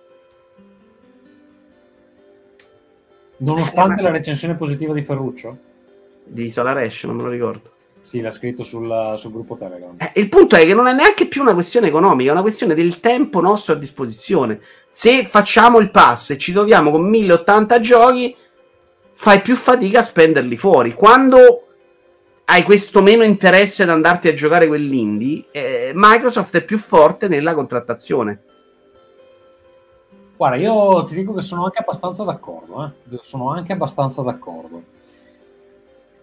Nonostante la recensione positiva di Ferruccio? Di Solar Ash, non me lo ricordo. Sì, l'ha scritto sul gruppo Telegram. Il punto è che non è neanche più una questione economica, è una questione del tempo nostro a disposizione. Se facciamo il pass e ci troviamo con 1080 giochi, fai più fatica a spenderli fuori. Quando hai questo meno interesse ad andarti a giocare quell'indie, Microsoft è più forte nella contrattazione. Guarda, io ti dico che sono anche abbastanza d'accordo. Sono anche abbastanza d'accordo.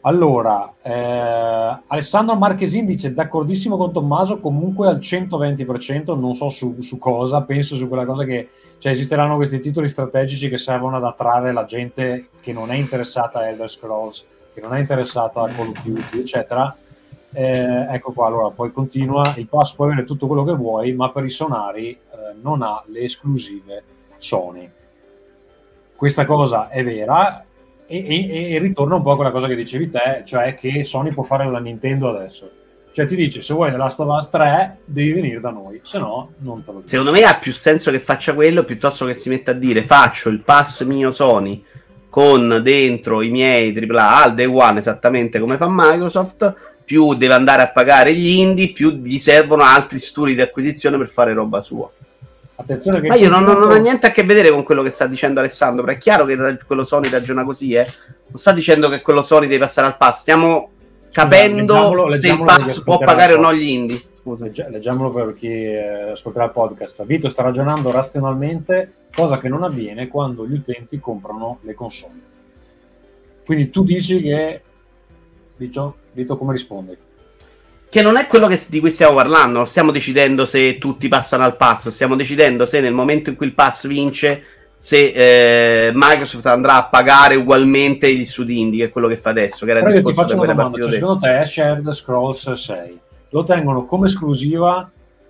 Allora, Alessandro Marchesin dice d'accordissimo con Tommaso, comunque al 120%, non so su cosa, penso su quella cosa che esisteranno questi titoli strategici che servono ad attrarre la gente che non è interessata a Elder Scrolls, che non è interessata a Call of Duty, eccetera. Ecco qua, allora poi continua, il pass può avere tutto quello che vuoi, ma per i sonari non ha le esclusive Sony. Questa cosa è vera. E ritorna un po' a quella cosa che dicevi te, cioè che Sony può fare la Nintendo adesso. Cioè ti dice, se vuoi The Last of Us 3 devi venire da noi, se no non te lo dico. Secondo me ha più senso che faccia quello piuttosto che si metta a dire faccio il pass mio Sony con dentro i miei AAA al day one, esattamente come fa Microsoft, più deve andare a pagare gli indie, più gli servono altri studi di acquisizione per fare roba sua. Attenzione che ma io non ho niente a che vedere con quello che sta dicendo Alessandro, però è chiaro che quello Sony ragiona così, non sta dicendo che quello Sony deve passare al pass, stiamo capendo se il pass può pagare o no gli indie. Scusa. Leggiamolo per chi ascolterà il podcast. Vito sta ragionando razionalmente, cosa che non avviene quando gli utenti comprano le console. Quindi tu dici che Vito come rispondi? Che non è quello di cui stiamo parlando, non stiamo decidendo se tutti passano al pass, stiamo decidendo se nel momento in cui il pass vince, se Microsoft andrà a pagare ugualmente gli studi indie, che è quello che fa adesso. Che era però io ti faccio una domanda, cioè, secondo te esce Elder Scrolls 6, lo tengono come esclusiva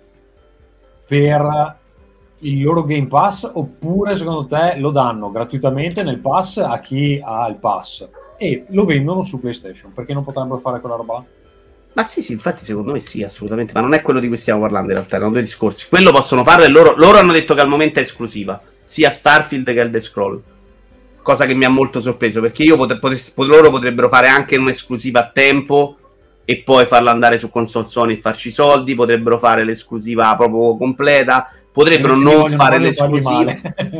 per il loro Game Pass, oppure secondo te lo danno gratuitamente nel pass a chi ha il pass e lo vendono su PlayStation? Perché non potrebbero fare quella roba? Ma sì, infatti secondo me sì, assolutamente, ma non è quello di cui stiamo parlando in realtà, erano due discorsi. Quello possono farlo e loro hanno detto che al momento è esclusiva, sia Starfield che Elder Scroll, cosa che mi ha molto sorpreso, perché loro potrebbero fare anche un'esclusiva a tempo e poi farla andare su console Sony e farci soldi, potrebbero fare l'esclusiva proprio completa, potrebbero non fare l'esclusiva.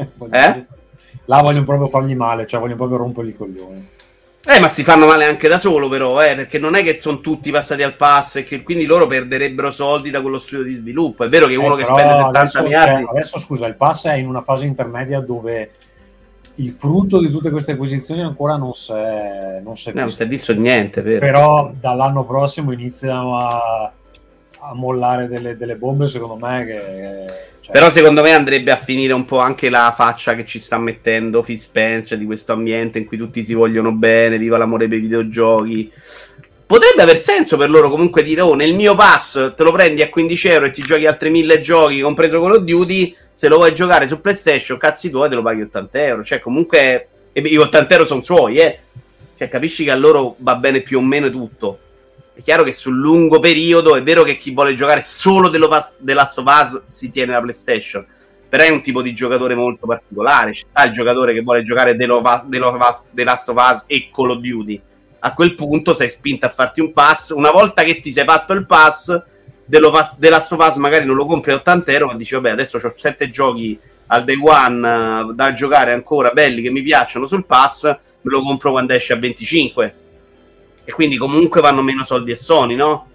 Là vogliono proprio fargli male, cioè vogliono proprio rompergli i coglioni. Ma si fanno male anche da solo però, perché non è che sono tutti passati al pass e che quindi loro perderebbero soldi da quello studio di sviluppo. È vero che uno che spende 70 miliardi... adesso scusa, il pass è in una fase intermedia dove il frutto di tutte queste acquisizioni ancora non si è visto. Non si è visto niente, vero. Però dall'anno prossimo iniziano a mollare delle bombe, secondo me, che... Però secondo me andrebbe a finire un po' anche la faccia che ci sta mettendo Phil Spencer di questo ambiente in cui tutti si vogliono bene, viva l'amore per i videogiochi. Potrebbe aver senso per loro comunque dire nel mio pass te lo prendi a 15 euro e ti giochi altri 1000 giochi, compreso Call of Duty, se lo vuoi giocare su PlayStation, cazzi tuoi, te lo paghi 80 euro. Cioè comunque i 80 euro sono suoi, Cioè capisci che a loro va bene più o meno tutto. È chiaro che sul lungo periodo è vero che chi vuole giocare solo The Last of Us si tiene la PlayStation, però è un tipo di giocatore molto particolare. C'è il giocatore che vuole giocare The Last of Us e Call of Duty. A quel punto sei spinto a farti un pass. Una volta che ti sei fatto il pass The Last of Us magari non lo compri a 80 euro, ma dici vabbè adesso ho 7 giochi al day one da giocare ancora belli che mi piacciono sul pass, me lo compro quando esce a 25. E quindi comunque vanno meno soldi a Sony, no?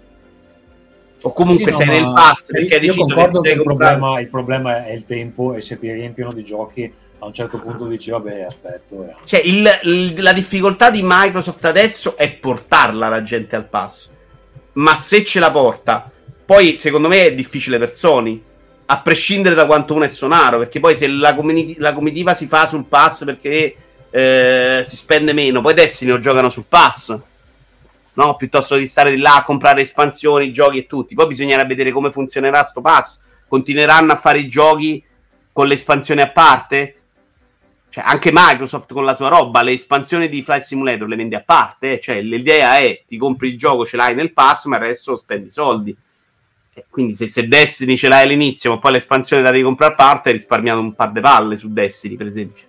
O comunque sei nel pass perché hai deciso concordo che il problema è il tempo, e se ti riempiono di giochi a un certo punto dici vabbè aspetto. Cioè la difficoltà di Microsoft adesso è portarla la gente al pass, ma se ce la porta poi secondo me è difficile per Sony, a prescindere da quanto uno è sonaro, perché poi se la comitiva si fa sul pass perché si spende meno, poi Destiny lo giocano sul pass, no? Piuttosto di stare là a comprare espansioni, giochi e tutti. Poi bisognerà vedere come funzionerà sto pass. Continueranno a fare i giochi con le espansioni a parte? Cioè anche Microsoft con la sua roba le espansioni di Flight Simulator le vende a parte, Cioè l'idea è ti compri il gioco, ce l'hai nel pass, ma adesso spendi soldi. Quindi se Destiny ce l'hai all'inizio ma poi l'espansione la devi comprare a parte, hai risparmiato un par de palle su Destiny per esempio.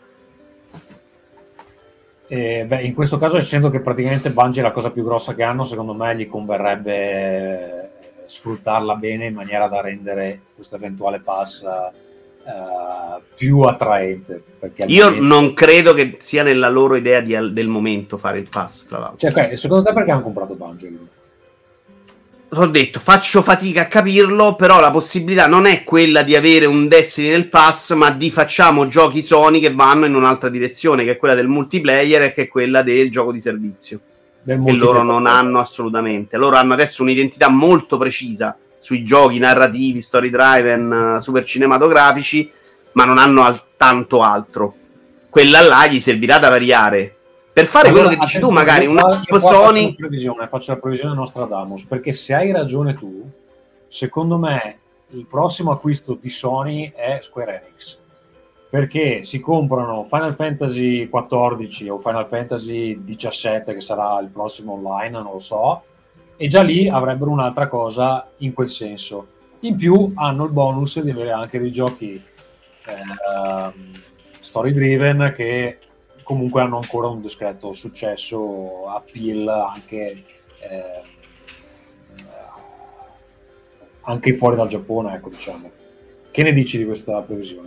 In questo caso, essendo che praticamente Bungie è la cosa più grossa che hanno, secondo me gli converrebbe sfruttarla bene in maniera da rendere questo eventuale pass più attraente. Perché io non credo che sia nella loro idea del momento fare il pass, tra l'altro. Cioè, secondo te perché hanno comprato Bungie? Ho detto, faccio fatica a capirlo, però la possibilità non è quella di avere un Destiny nel pass, ma di facciamo giochi Sony che vanno in un'altra direzione, che è quella del multiplayer e che è quella del gioco di servizio. Del che loro multiplayer. non hanno assolutamente. Loro hanno adesso un'identità molto precisa sui giochi narrativi, story driven, super cinematografici, ma non hanno tanto altro. Quella là gli servirà da variare. Per fare Allora, quello che dici tu, attenzione, magari io una qua app Sony... faccio la previsione Nostradamus, perché se hai ragione tu, secondo me il prossimo acquisto di Sony è Square Enix, perché si comprano Final Fantasy XIV o Final Fantasy XVII, che sarà il prossimo online, non lo so, e già lì avrebbero un'altra cosa in quel senso. In più hanno il bonus di avere anche dei giochi story driven che comunque hanno ancora un discreto successo, appeal anche fuori dal Giappone, ecco, diciamo. Che ne dici di questa previsione?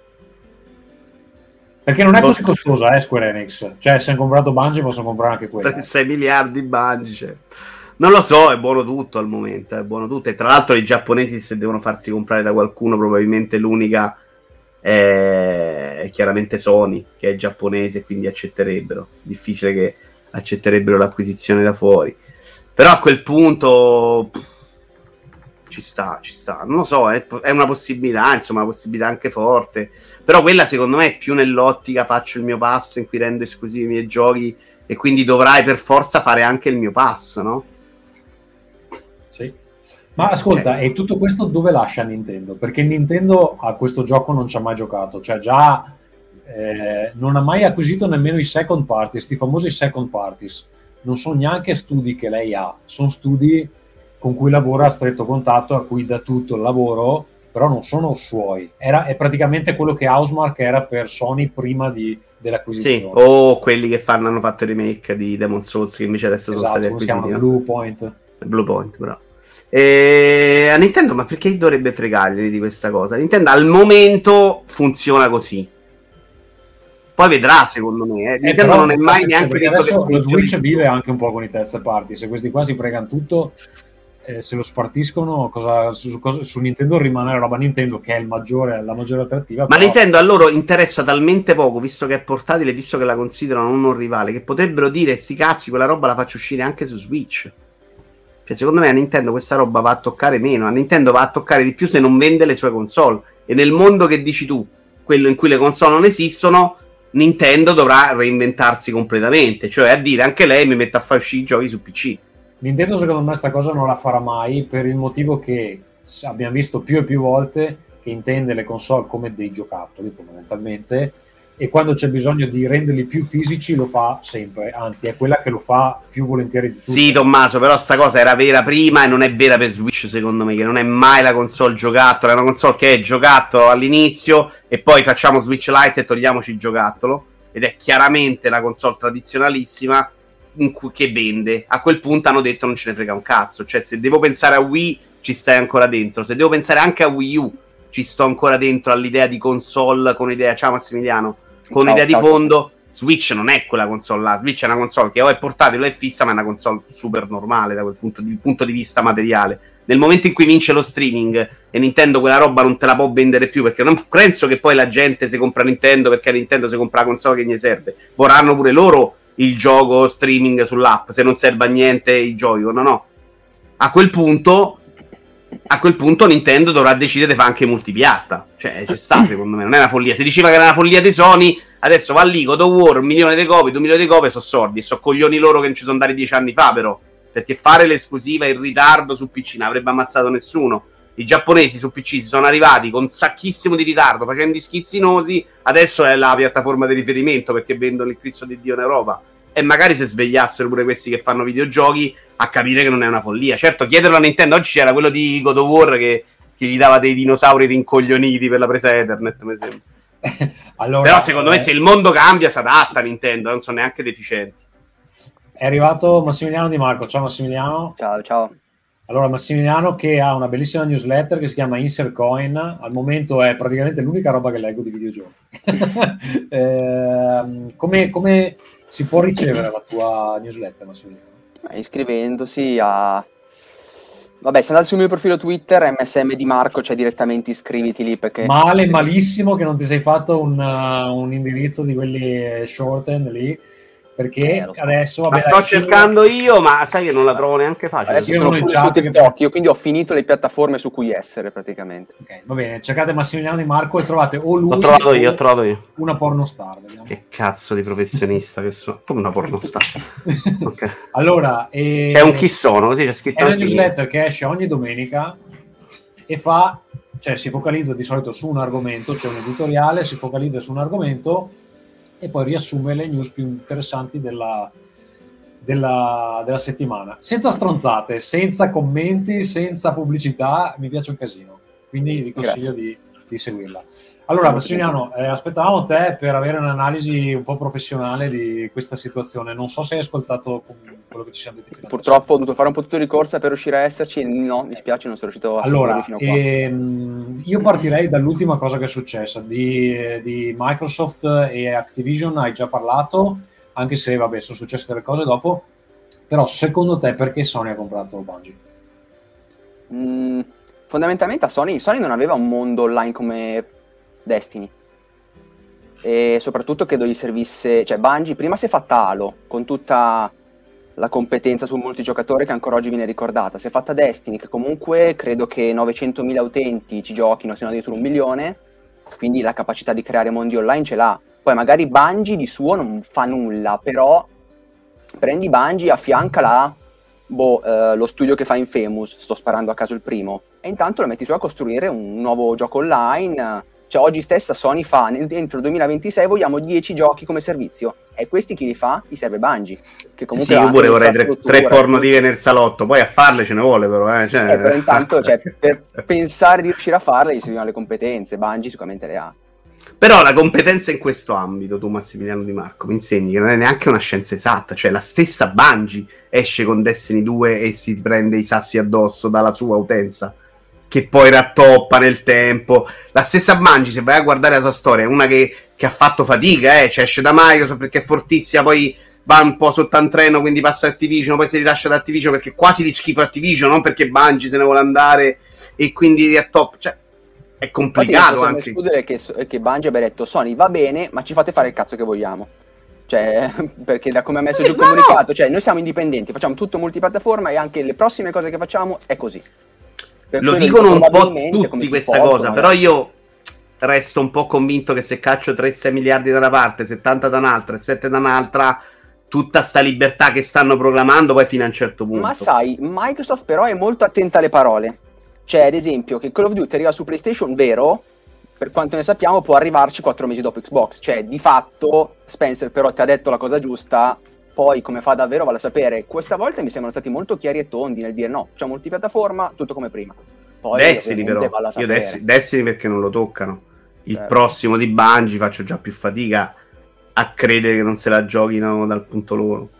Perché non è così costosa, Square Enix. Cioè, se hanno comprato Bungie possono comprare anche quello. 6 miliardi Bungie, certo. Non lo so, è buono tutto al momento, è buono tutto. E tra l'altro i giapponesi, se devono farsi comprare da qualcuno, probabilmente l'unica è chiaramente Sony, che è giapponese, quindi accetterebbero. Difficile che accetterebbero l'acquisizione da fuori. Però a quel punto ci sta. Non lo so, è una possibilità, insomma, una possibilità anche forte. Però quella secondo me è più nell'ottica faccio il mio pass in cui rendo esclusivi i miei giochi e quindi dovrai per forza fare anche il mio pass, no? Sì. Ma ascolta, e tutto questo dove lascia Nintendo? Perché Nintendo a questo gioco non ci ha mai giocato, cioè già non ha mai acquisito nemmeno i second parties, sti famosi second parties. Non sono neanche studi che lei ha, sono studi con cui lavora a stretto contatto, a cui dà tutto il lavoro, però non sono suoi. È praticamente quello che Housemarque era per Sony prima dell'acquisizione. Sì, o quelli che hanno fatto il remake di Demon's Souls, che invece adesso sono stati acquisiti. Si chiama Blue Point. Blue Point, bravo. A Nintendo, ma perché dovrebbe fregargli di questa cosa? Nintendo al momento funziona così. Poi vedrà, secondo me. Nintendo non è mai neanche detto adesso che lo Switch vive anche un po' con i terze parti. Se questi qua si fregano tutto, se lo spartiscono, su Nintendo rimane la roba Nintendo, che è la maggiore attrattiva. Ma però... Nintendo a loro interessa talmente poco, visto che è portatile, visto che la considerano un rivale, che potrebbero dire sti cazzi, quella roba la faccio uscire anche su Switch. Cioè, secondo me a Nintendo questa roba va a toccare meno. A Nintendo va a toccare di più se non vende le sue console. E nel mondo che dici tu, quello in cui le console non esistono, Nintendo dovrà reinventarsi completamente. Cioè, a dire, anche lei mi mette a fare uscire i giochi su PC. Nintendo secondo me sta cosa non la farà mai, per il motivo che abbiamo visto più e più volte che intende le console come dei giocattoli fondamentalmente, e quando c'è bisogno di renderli più fisici lo fa sempre, anzi è quella che lo fa più volentieri di tutti. Sì, Tommaso, però sta cosa era vera prima e non è vera per Switch, secondo me, che non è mai la console giocattolo, è una console che è giocattolo all'inizio e poi facciamo Switch Lite e togliamoci il giocattolo, ed è chiaramente la console tradizionalissima che vende. A quel punto hanno detto non ce ne frega un cazzo, cioè se devo pensare a Wii ci stai ancora dentro, se devo pensare anche a Wii U ci sto ancora dentro all'idea di console con idea, ciao Massimiliano, con idea di fondo. Switch non è quella console là, Switch è una console che o è portatile o è fissa, ma è una console super normale da quel punto di vista materiale. Nel momento in cui vince lo streaming e Nintendo quella roba non te la può vendere più, perché non penso che poi la gente si compra Nintendo perché Nintendo si compra la console che gli serve, vorranno pure loro il gioco streaming sull'app, se non serve a niente i giochi, no. A quel punto Nintendo dovrà decidere di fare anche multipiatta. Cioè, c'è sta, secondo me, non è una follia. Si diceva che era una follia di Sony, adesso va lì, God of War, 1 milione di copie, 2 milioni di copie, sono sordi. E sono coglioni loro che non ci sono andati 10 anni fa, però. Perché fare l'esclusiva in ritardo su PC non avrebbe ammazzato nessuno. I giapponesi su PC si sono arrivati con sacchissimo di ritardo, facendo i schizzinosi. Adesso è la piattaforma di riferimento perché vendono il Cristo di Dio in Europa. E magari se svegliassero pure questi che fanno videogiochi a capire che non è una follia. Certo, chiederlo a Nintendo. Oggi c'era quello di God of War che gli dava dei dinosauri rincoglioniti per la presa Ethernet, mi sembra. Allora, però secondo me se il mondo cambia si adatta a Nintendo, non sono neanche deficienti. È arrivato Massimiliano Di Marco. Ciao Massimiliano. Ciao. Allora, Massimiliano, che ha una bellissima newsletter che si chiama Insert Coin, al momento è praticamente l'unica roba che leggo di videogiochi. Come si può ricevere la tua newsletter, Massimiliano? Iscrivendosi a... Vabbè, se andate sul mio profilo Twitter, MSM Di Marco, cioè direttamente iscriviti lì perché... Malissimo che non ti sei fatto un indirizzo di quelli shorthand lì, perché lo so. adesso La vabbè, sto cercando io, ma sai che non la trovo neanche facile. Adesso Io sono non pure in su chat TikTok, io quindi ho finito le piattaforme su cui essere praticamente. Ok, va bene, cercate Massimiliano Di Marco e trovate o lui L'ho trovato io, o ho trovato io. una pornostar, vediamo. Che cazzo di professionista che sono. Come una pornostar. Ok. Allora, È un chi sono, così c'è scritto è una anche newsletter che esce ogni domenica e cioè si focalizza di solito su un argomento, c'è un editoriale, si focalizza su un argomento e poi riassume le news più interessanti della settimana, senza stronzate, senza commenti, senza pubblicità. Mi piace un casino, quindi vi consiglio di seguirla. Allora, Massimiliano, aspettavamo te per avere un'analisi un po' professionale di questa situazione. Non so se hai ascoltato quello che ci siamo detti. Purtroppo ho dovuto fare un po' tutto di corsa per riuscire a esserci. No, mi spiace, non sono riuscito a seguirvi fino a qua. Io partirei dall'ultima cosa che è successa. Di Microsoft e Activision hai già parlato, anche se, vabbè, sono successe delle cose dopo. Però, secondo te, perché Sony ha comprato Bungie? Fondamentalmente a Sony non aveva un mondo online come Destiny. E soprattutto credo gli servisse... Cioè, Bungie prima si è fatta Halo, con tutta la competenza sul multigiocatore che ancora oggi viene ricordata. Si è fatta Destiny, che comunque credo che 900.000 utenti ci giochino, se non addirittura 1 milione, quindi la capacità di creare mondi online ce l'ha. Poi magari Bungie di suo non fa nulla, però prendi Bungie, affiancala lo studio che fa Infamous, sto sparando a caso il primo, e intanto lo metti su a costruire un nuovo gioco online. Cioè oggi stessa Sony fa, entro il 2026 vogliamo 10 giochi come servizio, e questi chi li fa? Gli serve Bungie, che comunque sì, io pure vorrei tre pornotive nel salotto, poi a farle ce ne vuole però, però intanto per pensare di riuscire a farle gli servivano le competenze. Bungie sicuramente le ha. Però la competenza in questo ambito, tu Massimiliano Di Marco, mi insegni che non è neanche una scienza esatta, cioè la stessa Bungie esce con Destiny 2 e si prende i sassi addosso dalla sua utenza, che poi rattoppa nel tempo. La stessa Bungie, se vai a guardare la sua storia, è una che ha fatto fatica, cioè esce da Microsoft perché è fortissima, poi va un po' sotto un treno, quindi passa a Activision, poi si rilascia da Activision perché quasi di schifo Activision, non perché Bungie se ne vuole andare e quindi rattoppa, cioè è complicato anche. Escludere che Bungie abbia detto Sony va bene, ma ci fate fare il cazzo che vogliamo. Cioè, perché da come ha messo giù il comunicato, cioè noi siamo indipendenti, facciamo tutto multipiattaforma e anche le prossime cose che facciamo è così. Lo dicono un po' tutti questa cosa, però io resto un po' convinto che se caccio 3-6 miliardi da una parte, 70 da un'altra e 7 da un'altra, tutta sta libertà che stanno proclamando poi fino a un certo punto. Ma sai, Microsoft però è molto attenta alle parole. Cioè, ad esempio, che Call of Duty arriva su PlayStation, vero, per quanto ne sappiamo può arrivarci 4 mesi dopo Xbox. Cioè, di fatto, Spencer però ti ha detto la cosa giusta, poi come fa davvero vale a sapere. Questa volta mi sembrano stati molto chiari e tondi nel dire no, c'è multipiattaforma, tutto come prima. Poi Destiny però, io Destiny perché non lo toccano. Il prossimo di Bungie faccio già più fatica a credere che non se la giochino dal punto loro.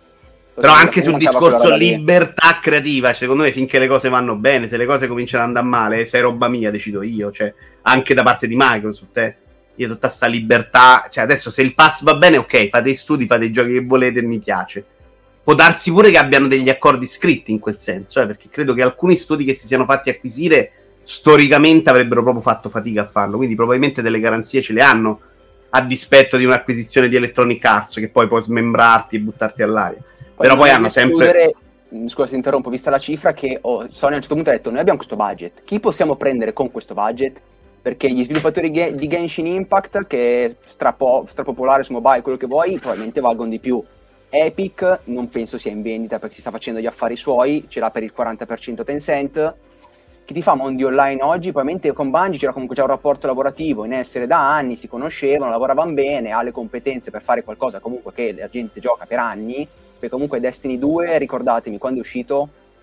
Però anche sul discorso libertà creativa, secondo me finché le cose vanno bene, se le cose cominciano ad andare male, se è roba mia decido io, cioè anche da parte di Microsoft, io tutta sta libertà, cioè adesso se il pass va bene, ok, fate i studi, fate i giochi che volete, mi piace. Può darsi pure che abbiano degli accordi scritti in quel senso, perché credo che alcuni studi che si siano fatti acquisire storicamente avrebbero proprio fatto fatica a farlo, quindi probabilmente delle garanzie ce le hanno, a dispetto di un'acquisizione di Electronic Arts che poi può smembrarti e buttarti all'aria. Però poi hanno sempre... Scusa, ti interrompo, vista la cifra che Sony a un certo punto ha detto noi abbiamo questo budget, chi possiamo prendere con questo budget? Perché gli sviluppatori di Genshin Impact, che è strapopolare su mobile, quello che vuoi, probabilmente valgono di più. Epic non penso sia in vendita perché si sta facendo gli affari suoi, ce l'ha per il 40% Tencent. Chi ti fa mondi online oggi? Probabilmente con Bungie c'era comunque già un rapporto lavorativo in essere da anni, si conoscevano, lavoravano bene, ha le competenze per fare qualcosa comunque che la gente gioca per anni, perché comunque Destiny 2, ricordatemi, quando è uscito?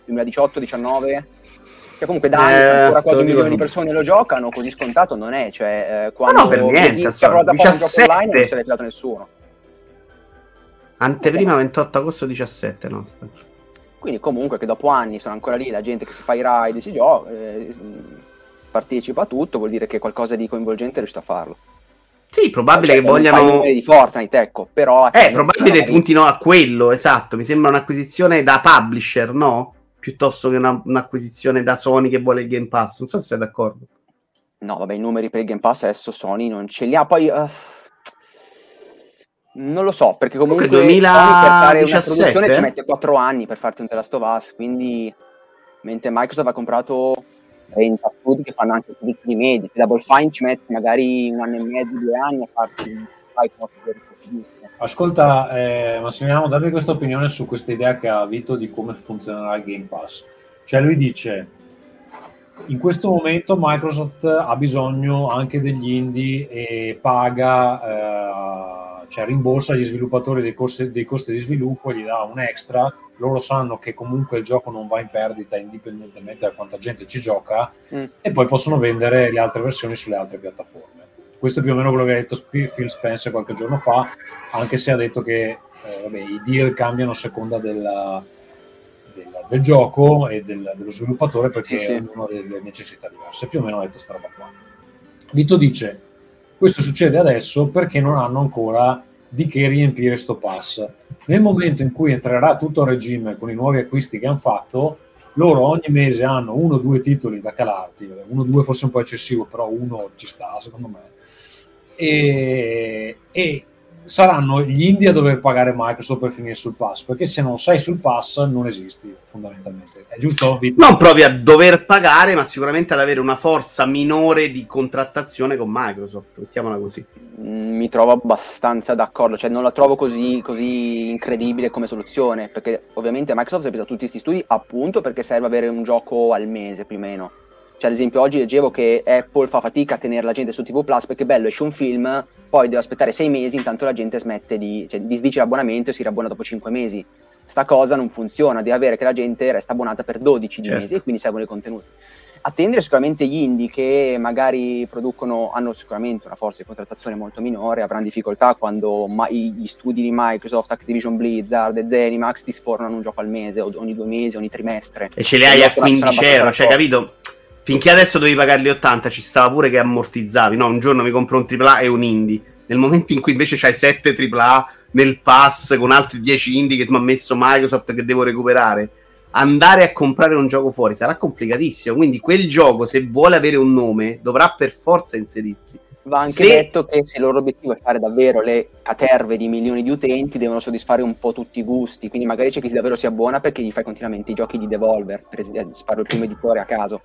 2018-19? Cioè comunque da anni ancora quasi 1 milione di persone lo giocano, così scontato non è, cioè quando no, per niente, si ha provato a fare un gioco online non se l'ha tirato nessuno. Anteprima 28 agosto 17, no? Aspetta. Quindi comunque che dopo anni sono ancora lì la gente che si fa i raid, si gioca, partecipa a tutto, vuol dire che qualcosa di coinvolgente è riuscito a farlo. Sì, probabile che vogliano... di Fortnite, ecco, però... probabile che puntino a quello, esatto, mi sembra un'acquisizione da publisher, no? Piuttosto che un'acquisizione da Sony che vuole il Game Pass, non so se sei d'accordo. No, vabbè, i numeri per il Game Pass adesso Sony non ce li ha, poi... Non lo so, perché comunque 2017, Sony per fare una produzione ci mette 4 anni per farti un The Last of Us, quindi mentre Microsoft ha comprato 30 studi che fanno anche produzioni medie, Double Fine ci mette magari 1 anno e mezzo, 2 anni a farti un Ascolta, Massimiliano, dammi questa opinione su questa idea che ha Vito di come funzionerà il Game Pass. Cioè lui dice, in questo momento Microsoft ha bisogno anche degli indie e paga, cioè rimborsa gli sviluppatori dei costi di sviluppo, gli dà un extra, loro sanno che comunque il gioco non va in perdita indipendentemente da quanta gente ci gioca e poi possono vendere le altre versioni sulle altre piattaforme. Questo è più o meno quello che ha detto Phil Spencer qualche giorno fa, anche se ha detto che i deal cambiano a seconda del gioco e dello sviluppatore, perché ognuno ha delle necessità diverse. Più o meno ha detto sta roba qua. Vito dice, questo succede adesso perché non hanno ancora di che riempire sto pass. Nel momento in cui entrerà tutto a regime con i nuovi acquisti che hanno fatto, loro ogni mese hanno 1 o 2 titoli da calarti, 1 o 2 forse un po' eccessivo, però 1 ci sta secondo me, e saranno gli indie a dover pagare Microsoft per finire sul pass, perché se non sei sul pass non esisti fondamentalmente, è giusto? Non proprio a dover pagare, ma sicuramente ad avere una forza minore di contrattazione con Microsoft, mettiamola così. Mi trovo abbastanza d'accordo, cioè non la trovo così incredibile come soluzione, perché ovviamente Microsoft ha preso tutti questi studi appunto perché serve avere un gioco al mese più o meno. Cioè, ad esempio, oggi leggevo che Apple fa fatica a tenere la gente su TV Plus perché bello, esce un film, poi deve aspettare 6 mesi, intanto la gente smette disdice l'abbonamento e si riabbona dopo 5 mesi. Sta cosa non funziona, deve avere che la gente resta abbonata per 12 mesi e quindi servono i contenuti. Attendere sicuramente gli indie che magari hanno sicuramente una forza di contrattazione molto minore, avranno difficoltà quando gli studi di Microsoft, Activision Blizzard e Zenimax ti sfornano un gioco al mese, ogni 2 mesi, ogni trimestre. E ce li hai a 15 euro, cioè capito? Finché adesso dovevi pagarli 80, ci stava pure che ammortizzavi, no? Un giorno mi compro un AAA e un indie. Nel momento in cui invece c'hai 7 AAA nel pass con altri 10 indie che mi ha messo Microsoft che devo recuperare, andare a comprare un gioco fuori sarà complicatissimo. Quindi quel gioco, se vuole avere un nome, dovrà per forza inserirsi. Va anche detto che se il loro obiettivo è fare davvero le caterve di milioni di utenti, devono soddisfare un po' tutti i gusti. Quindi magari c'è chi davvero si abbona perché gli fai continuamente i giochi di Devolver, sparo il primo editore a caso.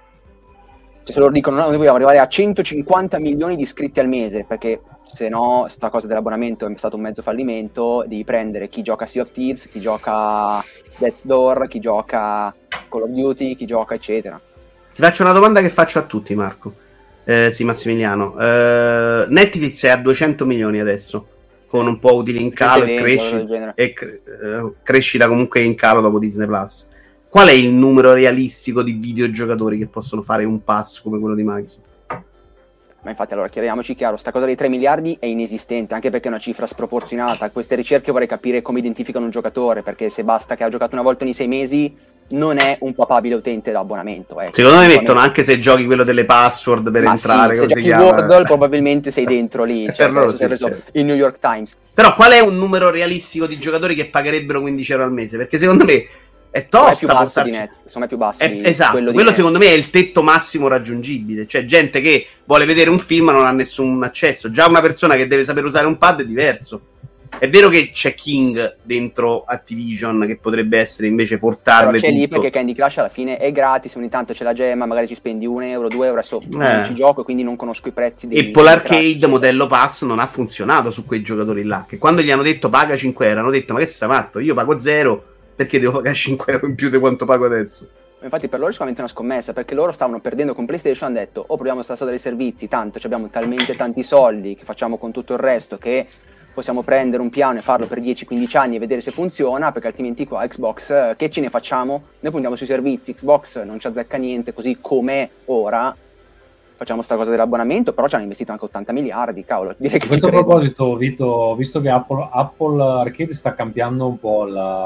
Se loro dicono no, noi vogliamo arrivare a 150 milioni di iscritti al mese, perché se no sta cosa dell'abbonamento è stato un mezzo fallimento, devi prendere chi gioca Sea of Thieves, chi gioca Death's Door, chi gioca Call of Duty, chi gioca eccetera. Ti faccio una domanda che faccio a tutti, Marco. Sì, Massimiliano. Netflix è a 200 milioni adesso, con un po' utili in calo e crescita comunque in calo dopo Disney Plus. Qual è il numero realistico di videogiocatori che possono fare un pass come quello di Microsoft? Ma infatti, allora, chiariamoci chiaro, sta cosa dei 3 miliardi è inesistente, anche perché è una cifra sproporzionata. Queste ricerche vorrei capire come identificano un giocatore, perché se basta che ha giocato una volta ogni 6 mesi, non è un papabile utente da abbonamento. Secondo me mettono anche se giochi quello delle password per entrare. Sì, se giochi Wordle probabilmente sei dentro lì, cioè il New York Times. Però qual è un numero realistico di giocatori che pagherebbero 15 euro al mese? Perché secondo me è tosta, è più basso di Netflix, insomma è più basso esatto, quello secondo me è il tetto massimo raggiungibile, cioè gente che vuole vedere un film ma non ha nessun accesso. Già una persona che deve sapere usare un pad è diverso. È vero che c'è King dentro Activision che potrebbe essere invece portarle però c'è tutto. Lì perché Candy Crush alla fine è gratis, ogni tanto c'è la gemma, magari ci spendi 1 euro, 2 euro, adesso non ci gioco e quindi non conosco i prezzi dei Apple Arcade modello pass non ha funzionato su quei giocatori là, che quando gli hanno detto paga 5 euro hanno detto ma che stai matto, io pago 0, perché devo pagare 5 euro in più di quanto pago adesso? Infatti per loro è sicuramente una scommessa, perché loro stavano perdendo con PlayStation, hanno detto proviamo sta storia dei servizi, tanto abbiamo talmente tanti soldi che facciamo con tutto il resto che possiamo prendere un piano e farlo per 10-15 anni e vedere se funziona, perché altrimenti qua Xbox che ce ne facciamo? Noi puntiamo sui servizi, Xbox non ci azzecca niente, così com'è ora facciamo sta cosa dell'abbonamento, però ci hanno investito anche 80 miliardi, cavolo. Direi che a questo proposito, Vito, visto che Apple Arcade sta cambiando un po'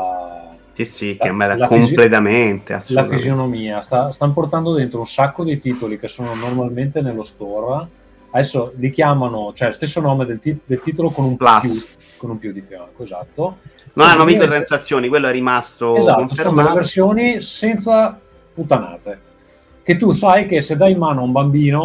Sì, cambia completamente la fisionomia, stanno portando dentro un sacco di titoli che sono normalmente nello store, adesso li chiamano, cioè stesso nome del titolo con un più di fianco, esatto. Non hanno microtransazioni, quello è rimasto esatto, sono delle versioni senza puttanate, che tu sai che se dai in mano a un bambino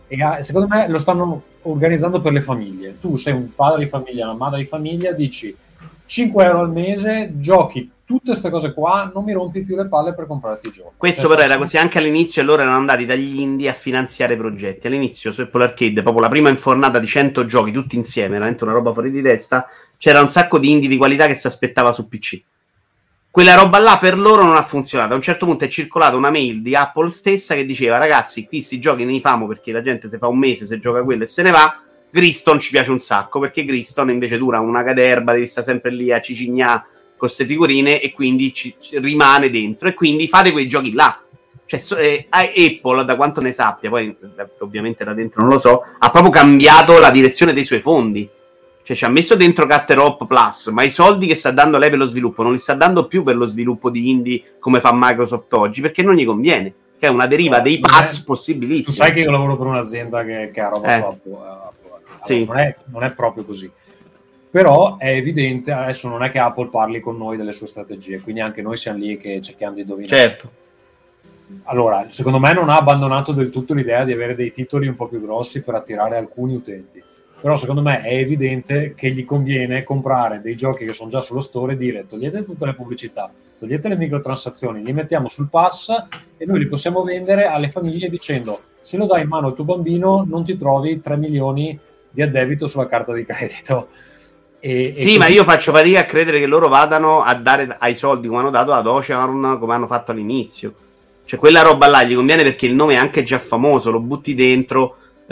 secondo me lo stanno organizzando per le famiglie. Tu sei un padre di famiglia, una madre di famiglia, dici 5 euro al mese, giochi tutte queste cose qua, non mi rompi più le palle per comprarti i giochi. Questo però era così anche all'inizio, e loro erano andati dagli indie a finanziare progetti. All'inizio su Apple Arcade, proprio la prima infornata di 100 giochi tutti insieme, veramente una roba fuori di testa, c'era un sacco di indie di qualità che si aspettava su PC. Quella roba là per loro non ha funzionato. A un certo punto è circolata una mail di Apple stessa che diceva: ragazzi, qui sti giochi ne famo perché la gente si fa un mese, se gioca quello e se ne va. Griston ci piace un sacco, perché Griston invece dura una caterba, devi stare sempre lì a cicignà con queste figurine e quindi ci rimane dentro, e quindi fate quei giochi là. Cioè Apple, da quanto ne sappia, poi ovviamente da dentro non lo so, ha proprio cambiato la direzione dei suoi fondi. Cioè ci ha messo dentro Catterop Plus, ma i soldi che sta dando lei per lo sviluppo non li sta dando più per lo sviluppo di indie come fa Microsoft oggi, perché non gli conviene, che è una deriva dei pass possibilissimi. Tu sai che io lavoro per un'azienda che ha roba su Apple. Sì. Non è proprio così, però è evidente, adesso non è che Apple parli con noi delle sue strategie, quindi anche noi siamo lì che cerchiamo di indovinare. Certo. Allora, secondo me non ha abbandonato del tutto l'idea di avere dei titoli un po' più grossi per attirare alcuni utenti, però secondo me è evidente che gli conviene comprare dei giochi che sono già sullo store e dire: togliete tutte le pubblicità, togliete le microtransazioni, li mettiamo sul pass e noi li possiamo vendere alle famiglie dicendo: se lo dai in mano al tuo bambino non ti trovi 3 milioni di addebito sulla carta di credito. Sì, così... ma io faccio fatica a credere che loro vadano a dare ai soldi come hanno dato ad Ocean, come hanno fatto all'inizio. Cioè quella roba là gli conviene perché il nome è anche già famoso, lo butti dentro,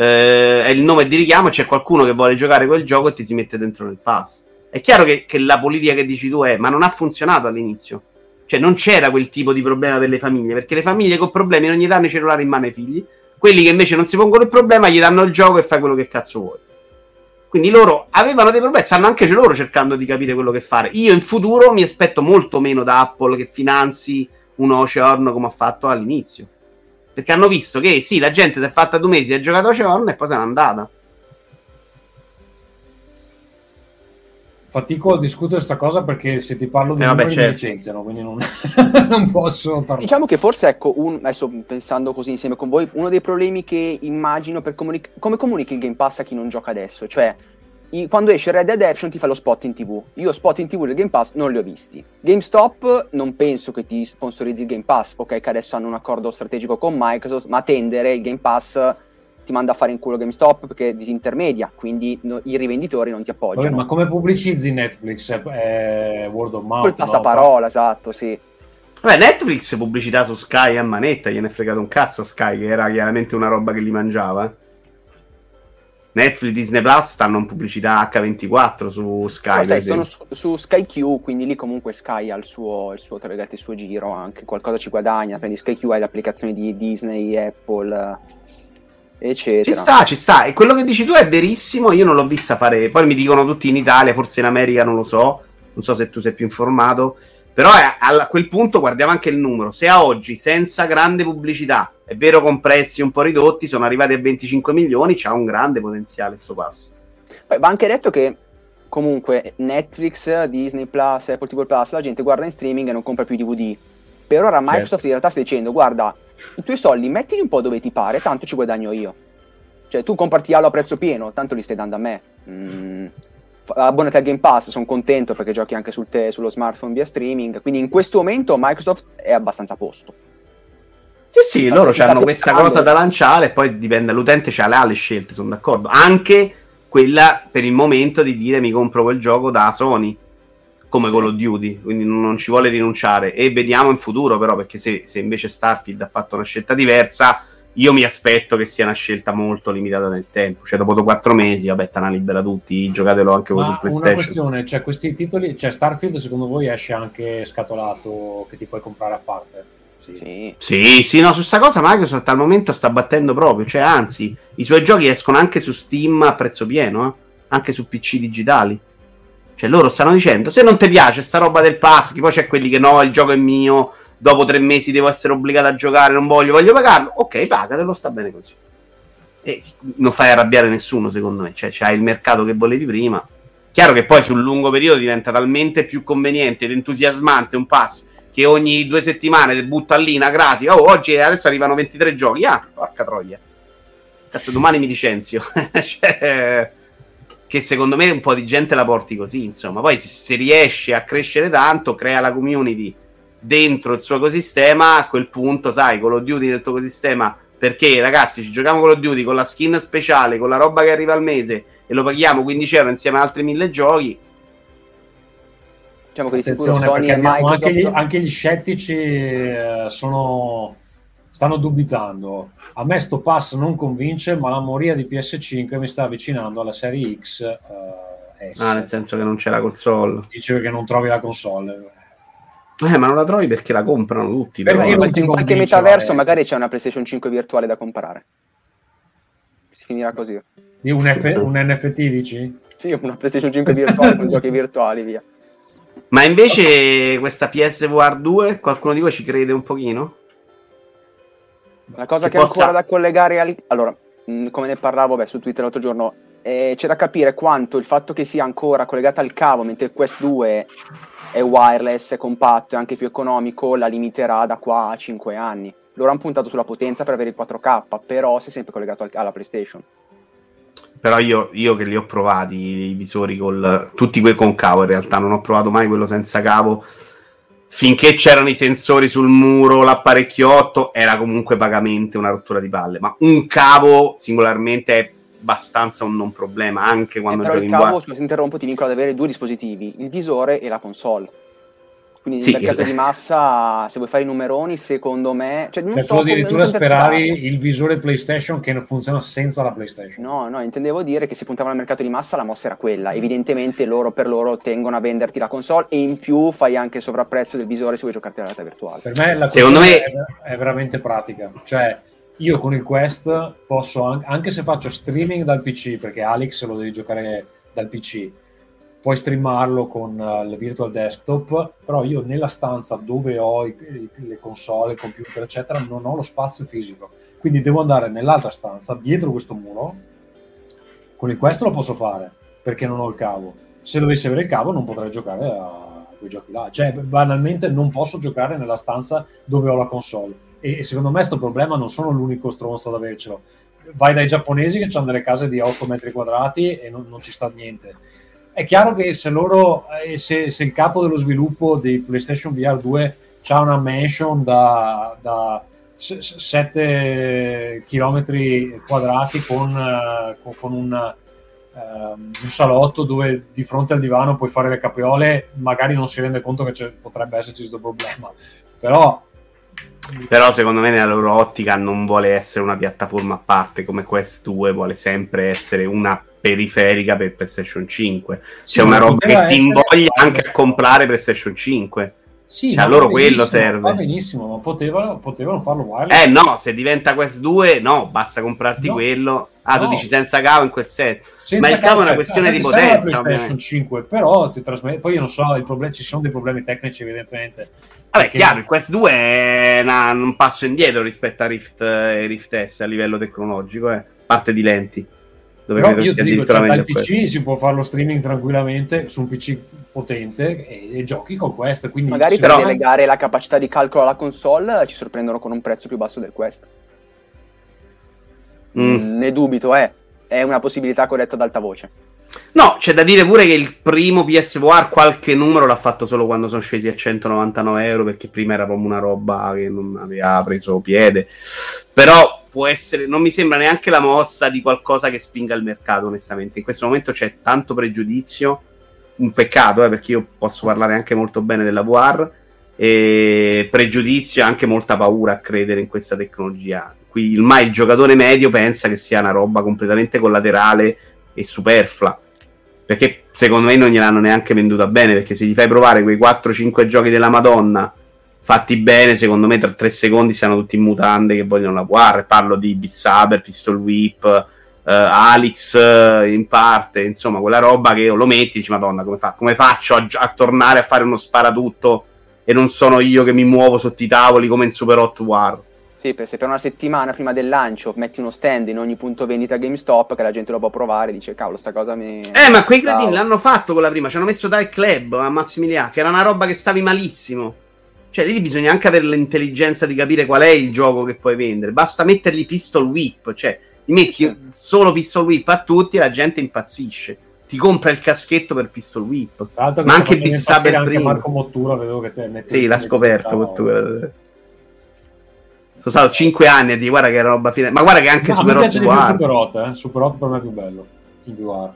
è il nome di richiamo, c'è qualcuno che vuole giocare quel gioco e ti si mette dentro nel pass. È chiaro che la politica che dici tu ma non ha funzionato all'inizio. Cioè non c'era quel tipo di problema per le famiglie, perché le famiglie con problemi non gli danno i cellulari in mano ai figli, quelli che invece non si pongono il problema gli danno il gioco e fai quello che cazzo vuoi. Quindi loro avevano dei problemi, stanno anche loro cercando di capire quello che fare. Io in futuro mi aspetto molto meno da Apple che finanzi un Ocean come ha fatto all'inizio, perché hanno visto che sì, la gente si è fatta 2 mesi, ha giocato Ocean e poi se n'è andata. Fatico a discutere questa cosa perché se ti parlo di numeri mi licenziano, quindi non posso parlare. Diciamo che forse, ecco, adesso pensando così insieme con voi, uno dei problemi che immagino per come comunichi il Game Pass a chi non gioca adesso, cioè quando esce Red Dead Redemption ti fa lo spot in TV. Io spot in TV del Game Pass non li ho visti. GameStop non penso che ti sponsorizzi il Game Pass, ok che adesso hanno un accordo strategico con Microsoft, ma tendere il Game Pass ti manda a fare in culo GameStop perché disintermedia, quindi i rivenditori non ti appoggiano. Ma come pubblicizzi Netflix? Word of mouth? Quel passaparola, no? Esatto, sì. Vabbè, Netflix pubblicità su Sky a manetta, gliene è fregato un cazzo a Sky, che era chiaramente una roba che li mangiava. Netflix, Disney Plus stanno in pubblicità H24 su Sky. Sai, sono su Sky Q, quindi lì comunque Sky ha il suo giro, anche qualcosa ci guadagna. Prendi Sky Q, hai le applicazioni di Disney, Apple, eccetera. Ci sta. E quello che dici tu è verissimo, io non l'ho vista fare. Poi mi dicono tutti in Italia, forse in America non lo so. Non so se tu sei più informato. Però a quel punto guardiamo anche il numero. Se a oggi, senza grande pubblicità, è vero con prezzi un po' ridotti, sono arrivati a 25 milioni, c'ha un grande potenziale sto passo. Poi va anche detto che comunque Netflix, Disney Plus, Apple TV Plus, la gente guarda in streaming e non compra più i DVD. Per ora Microsoft in realtà sta dicendo: guarda, i tuoi soldi mettili un po' dove ti pare, tanto ci guadagno io. Cioè tu comprati Halo a prezzo pieno, tanto li stai dando a me. Abbonati al Game Pass, sono contento perché giochi anche sullo smartphone via streaming, quindi in questo momento Microsoft è abbastanza a posto. Sì, loro hanno questa cosa da lanciare e poi dipende, l'utente ha le scelte, sono d'accordo. Anche quella per il momento di dire mi compro quel gioco da Sony, come Call of Duty, quindi non ci vuole rinunciare. E vediamo in futuro però, perché se invece Starfield ha fatto una scelta diversa, io mi aspetto che sia una scelta molto limitata nel tempo. Cioè dopo 4 mesi, vabbè, te ne libera tutti, giocatelo anche voi su PlayStation. Una questione, cioè questi titoli, cioè Starfield secondo voi esce anche scatolato che ti puoi comprare a parte? Sì, no, su sta cosa Microsoft al momento sta battendo proprio, cioè anzi, i suoi giochi escono anche su Steam a prezzo pieno, anche su PC digitali. Cioè loro stanno dicendo: se non ti piace sta roba del pass, che poi c'è quelli che no, il gioco è mio, dopo 3 mesi devo essere obbligato a giocare, non voglio pagarlo, ok, pagatelo, sta bene così. E non fai arrabbiare nessuno, secondo me. Cioè c'hai il mercato che volevi prima. Chiaro che poi sul lungo periodo diventa talmente più conveniente ed entusiasmante un pass che ogni 2 settimane butta lì una grafica. Oggi adesso arrivano 23 giochi. Porca troia. Adesso domani mi licenzio. Cioè, che secondo me un po' di gente la porti così, insomma. Poi se riesce a crescere tanto, crea la community dentro il suo ecosistema, a quel punto, sai, Call of Duty nel tuo ecosistema, perché ragazzi ci giochiamo Call of Duty con la skin speciale, con la roba che arriva al mese e lo paghiamo 15 euro insieme ad altri 1000 giochi. Diciamo che di sicuro Sony e Microsoft... anche gli scettici stanno dubitando. A me sto pass non convince, ma la moria di PS5 mi sta avvicinando alla serie X S. Nel senso che non c'è la console. Dice che non trovi la console. Ma non la trovi perché la comprano tutti. Però in qualche metaverso magari c'è una PlayStation 5 virtuale da comprare. Si finirà così. Un NFT dici? Sì, una PlayStation 5 virtuale con giochi virtuali, via. Ma invece questa PSVR 2, qualcuno di voi ci crede un pochino? La cosa che ancora da collegare allora, come ne parlavo su Twitter l'altro giorno, c'è da capire quanto il fatto che sia ancora collegata al cavo, mentre il Quest 2 è wireless, è compatto e anche più economico, la limiterà da qua a 5 anni. Loro hanno puntato sulla potenza per avere il 4K, però si è sempre collegato alla PlayStation. Però io che li ho provati, i visori tutti quei con cavo, in realtà non ho provato mai quello senza cavo. Finché c'erano i sensori sul muro, l'apparecchiotto, era comunque vagamente una rottura di palle. Ma un cavo singolarmente è abbastanza un non problema, anche quando però il cavo, se interrompo, ti vincola ad avere due dispositivi, il visore e la console. Quindi nel mercato di massa, se vuoi fare i numeroni, secondo me... tu addirittura speravi il visore PlayStation che non funziona senza la PlayStation. No, intendevo dire che se puntavano al mercato di massa la mossa era quella. Evidentemente per loro tengono a venderti la console e in più fai anche il sovrapprezzo del visore se vuoi giocarti la realtà virtuale. Per me la cosa è veramente pratica. Cioè, io con il Quest posso, anche se faccio streaming dal PC, perché Alex lo devi giocare dal PC, puoi streamarlo con il virtual desktop, però io nella stanza dove ho le console, il computer eccetera non ho lo spazio fisico, quindi devo andare nell'altra stanza dietro questo muro. Con il Quest lo posso fare perché non ho il cavo. Se dovessi avere il cavo non potrei giocare a quei giochi là, cioè banalmente non posso giocare nella stanza dove ho la console e secondo me sto problema non sono l'unico stronzo ad avercelo. Vai dai giapponesi che hanno delle case di 8 metri quadrati e non ci sta niente. È chiaro che se il capo dello sviluppo di PlayStation VR 2 c'ha una mansion da 7 km quadrati con un salotto dove di fronte al divano puoi fare le capriole, magari non si rende conto che potrebbe esserci questo problema. Però secondo me nella loro ottica non vuole essere una piattaforma a parte come Quest 2, vuole sempre essere una periferica per PlayStation 5. C'è una roba che ti invoglia anche a comprare PlayStation 5. Sì, a loro quello serve. Va benissimo, ma potevano farlo wireless. No, se diventa Quest 2, no, basta comprarti quello. Tu dici senza cavo in quel set. Ma il cavo è una questione di potenza. La PlayStation 5, però ti trasmette. Poi io non so, ci sono dei problemi tecnici evidentemente. Vabbè, chiaro, il Quest 2 è un passo indietro rispetto a Rift e Rift S a livello tecnologico, parte di lenti. Dove però io ti dico, dal PC si può fare lo streaming tranquillamente su un PC potente e giochi con Quest. Quindi magari per delegare la capacità di calcolo alla console ci sorprendono con un prezzo più basso del Quest. Ne dubito, è una possibilità corretta ad alta voce. No, c'è da dire pure che il primo PSVR qualche numero l'ha fatto solo quando sono scesi a 199 euro, perché prima era proprio una roba che non aveva preso piede. Però può essere, non mi sembra neanche la mossa di qualcosa che spinga il mercato, onestamente. In questo momento c'è tanto pregiudizio, un peccato, perché io posso parlare anche molto bene della VR, e pregiudizio e anche molta paura a credere in questa tecnologia. Qui il giocatore medio pensa che sia una roba completamente collaterale e superflua, perché secondo me non gliel'hanno neanche venduta bene, perché se gli fai provare quei 4-5 giochi della Madonna fatti bene, secondo me tra 3 secondi stanno tutti in mutande che vogliono la VR. Parlo di Beat Saber, Pistol Whip, Alex in parte, insomma quella roba che lo metti e dici Madonna, come faccio a tornare a fare uno sparatutto e non sono io che mi muovo sotto i tavoli come in Super Hot War. Sì, se per una settimana prima del lancio metti uno stand in ogni punto vendita GameStop che la gente lo può provare, dice cavolo sta cosa mi... ma quei cretini l'hanno fatto con la prima, ci hanno messo Dark Club a Massimiliano, che era una roba che stavi malissimo. Cioè lì bisogna anche avere l'intelligenza di capire qual è il gioco che puoi vendere, basta mettergli Pistol Whip, cioè metti solo Pistol Whip a tutti e la gente impazzisce. Ti compra il caschetto per Pistol Whip, ma anche Beat Saber prima. Marco Mottura, vedevo che te metti. Sì, l'ha scoperto Mottura. Sono stato 5 anni a dire guarda che roba fine. Ma guarda che anche Super Hot Super Hot, Super Hot per me è più bello in VR.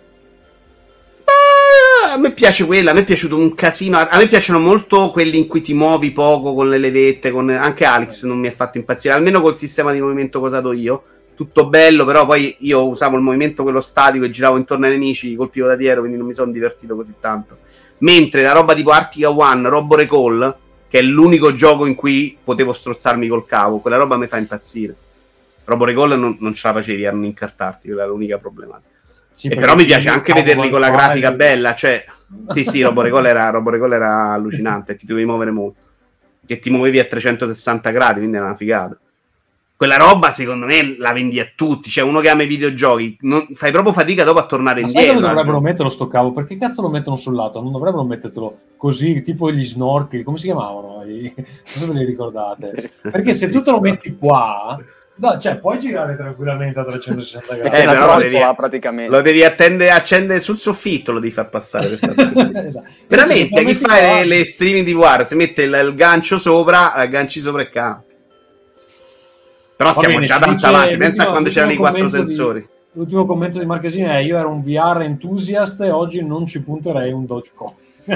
A me piace quella, a me è piaciuto un casino. A me piacciono molto quelli in cui ti muovi poco con le levette, anche Alex non mi ha fatto impazzire, almeno col sistema di movimento che ho usato io. Tutto bello, però poi io usavo il movimento quello statico e giravo intorno ai nemici, colpivo da dietro, quindi non mi sono divertito così tanto. Mentre la roba tipo Arctica One, Robo Recall, che è l'unico gioco in cui potevo strozzarmi col cavo, quella roba mi fa impazzire. Robo Recall non ce la facevi a non incartarti, quella è l'unica problematica. Sì, e però mi piace anche vederli con la grafica bella, cioè sì, Robo Recall era allucinante, ti dovevi muovere molto, che ti muovevi a 360 gradi, quindi era una figata. Quella roba secondo me la vendi a tutti, cioè uno che ama i videogiochi fai proprio fatica dopo a tornare indietro. Sai dove dovrebbero metterlo sto cavo? Perché cazzo lo mettono sul lato? Non dovrebbero metterlo così, tipo gli snorkel, come si chiamavano? Non so se ve li ricordate. Perché se tu te lo metti qua, no, cioè puoi girare tranquillamente a 360 gradi. Praticamente. Lo devi accendere sul soffitto, lo devi far passare. Esatto. Veramente, chi fa le streaming di War si mette il gancio sopra, agganci sopra e campi. Però siamo già tanto avanti, pensa a quando c'erano i 4 sensori. L'ultimo commento di Marchesini è: io ero un VR enthusiast e oggi non ci punterei un Dogecoin.